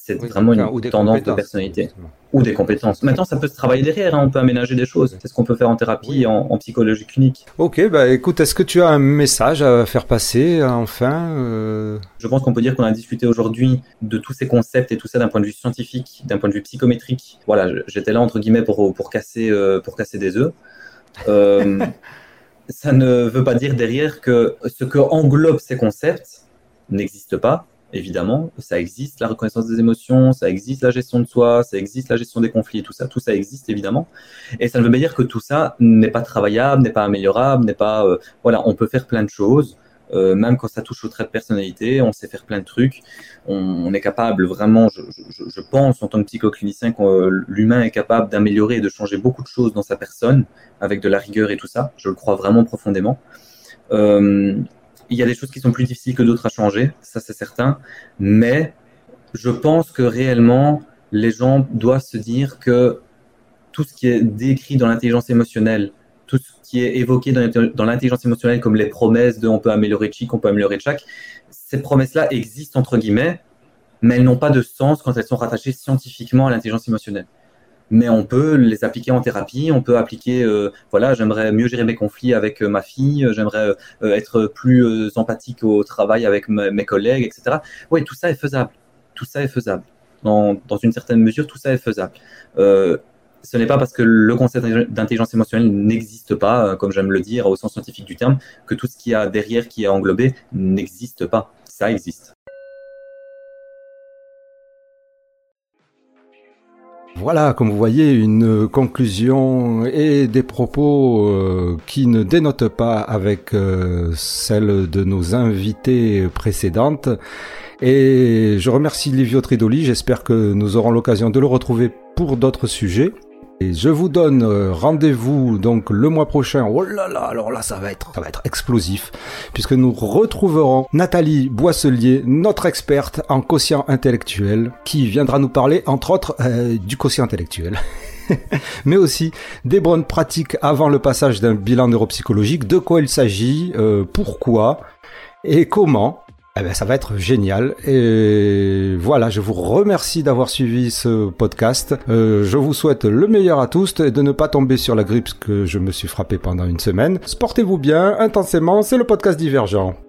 C'est oui, vraiment enfin, une tendance de personnalité. Justement. Ou des compétences. Maintenant, ça peut se travailler derrière, hein, on peut aménager des choses. C'est ce qu'on peut faire en thérapie oui. et en, en psychologie clinique. Ok, bah écoute, est-ce que tu as un message à faire passer, enfin euh... Je pense qu'on peut dire qu'on a discuté aujourd'hui de tous ces concepts et tout ça d'un point de vue scientifique, d'un point de vue psychométrique. Voilà, j'étais là, entre guillemets, pour, pour, casser, euh, pour casser des œufs. Euh, ça ne veut pas dire derrière que ce que englobe ces concepts n'existe pas. Évidemment, ça existe, la reconnaissance des émotions, ça existe la gestion de soi, ça existe la gestion des conflits et tout ça, tout ça existe évidemment. Et ça ne veut pas dire que tout ça n'est pas travaillable, n'est pas améliorable, n'est pas... Euh, voilà, on peut faire plein de choses, euh, même quand ça touche aux traits de personnalité, on sait faire plein de trucs. On, on est capable vraiment, je, je, je pense en tant que psychoclinicien, que euh, l'humain est capable d'améliorer et de changer beaucoup de choses dans sa personne, avec de la rigueur et tout ça, je le crois vraiment profondément. Euh, Il y a des choses qui sont plus difficiles que d'autres à changer, ça c'est certain, mais je pense que réellement, les gens doivent se dire que tout ce qui est décrit dans l'intelligence émotionnelle, tout ce qui est évoqué dans l'intelligence émotionnelle comme les promesses de on peut améliorer Chick, on peut améliorer Jack, ces promesses-là existent entre guillemets, mais elles n'ont pas de sens quand elles sont rattachées scientifiquement à l'intelligence émotionnelle. Mais on peut les appliquer en thérapie, on peut appliquer, euh, voilà, j'aimerais mieux gérer mes conflits avec euh, ma fille, j'aimerais euh, être plus euh, empathique au travail avec ma, mes collègues, et cetera. Oui, tout ça est faisable, tout ça est faisable. Dans, dans une certaine mesure, tout ça est faisable. Euh, ce n'est pas parce que le concept d'intelligence émotionnelle n'existe pas, euh, comme j'aime le dire au sens scientifique du terme, que tout ce qu'il y a derrière, qui est englobé, n'existe pas. Ça existe. Voilà, comme vous voyez, une conclusion et des propos euh, qui ne dénotent pas avec euh, celle de nos invités précédentes. Et je remercie Livio Tridoli, j'espère que nous aurons l'occasion de le retrouver pour d'autres sujets. Et je vous donne rendez-vous donc le mois prochain. Oh là là, alors là ça va être, ça va être explosif, puisque nous retrouverons Nathalie Boisselier, notre experte en quotient intellectuel, qui viendra nous parler entre autres euh, du quotient intellectuel, mais aussi des bonnes pratiques avant le passage d'un bilan neuropsychologique, de quoi il s'agit, euh, pourquoi et comment. Eh ben, ça va être génial. Et voilà, je vous remercie d'avoir suivi ce podcast. Euh, je vous souhaite le meilleur à tous et de ne pas tomber sur la grippe que je me suis frappé pendant une semaine. Portez-vous bien, intensément, c'est le podcast Divergent.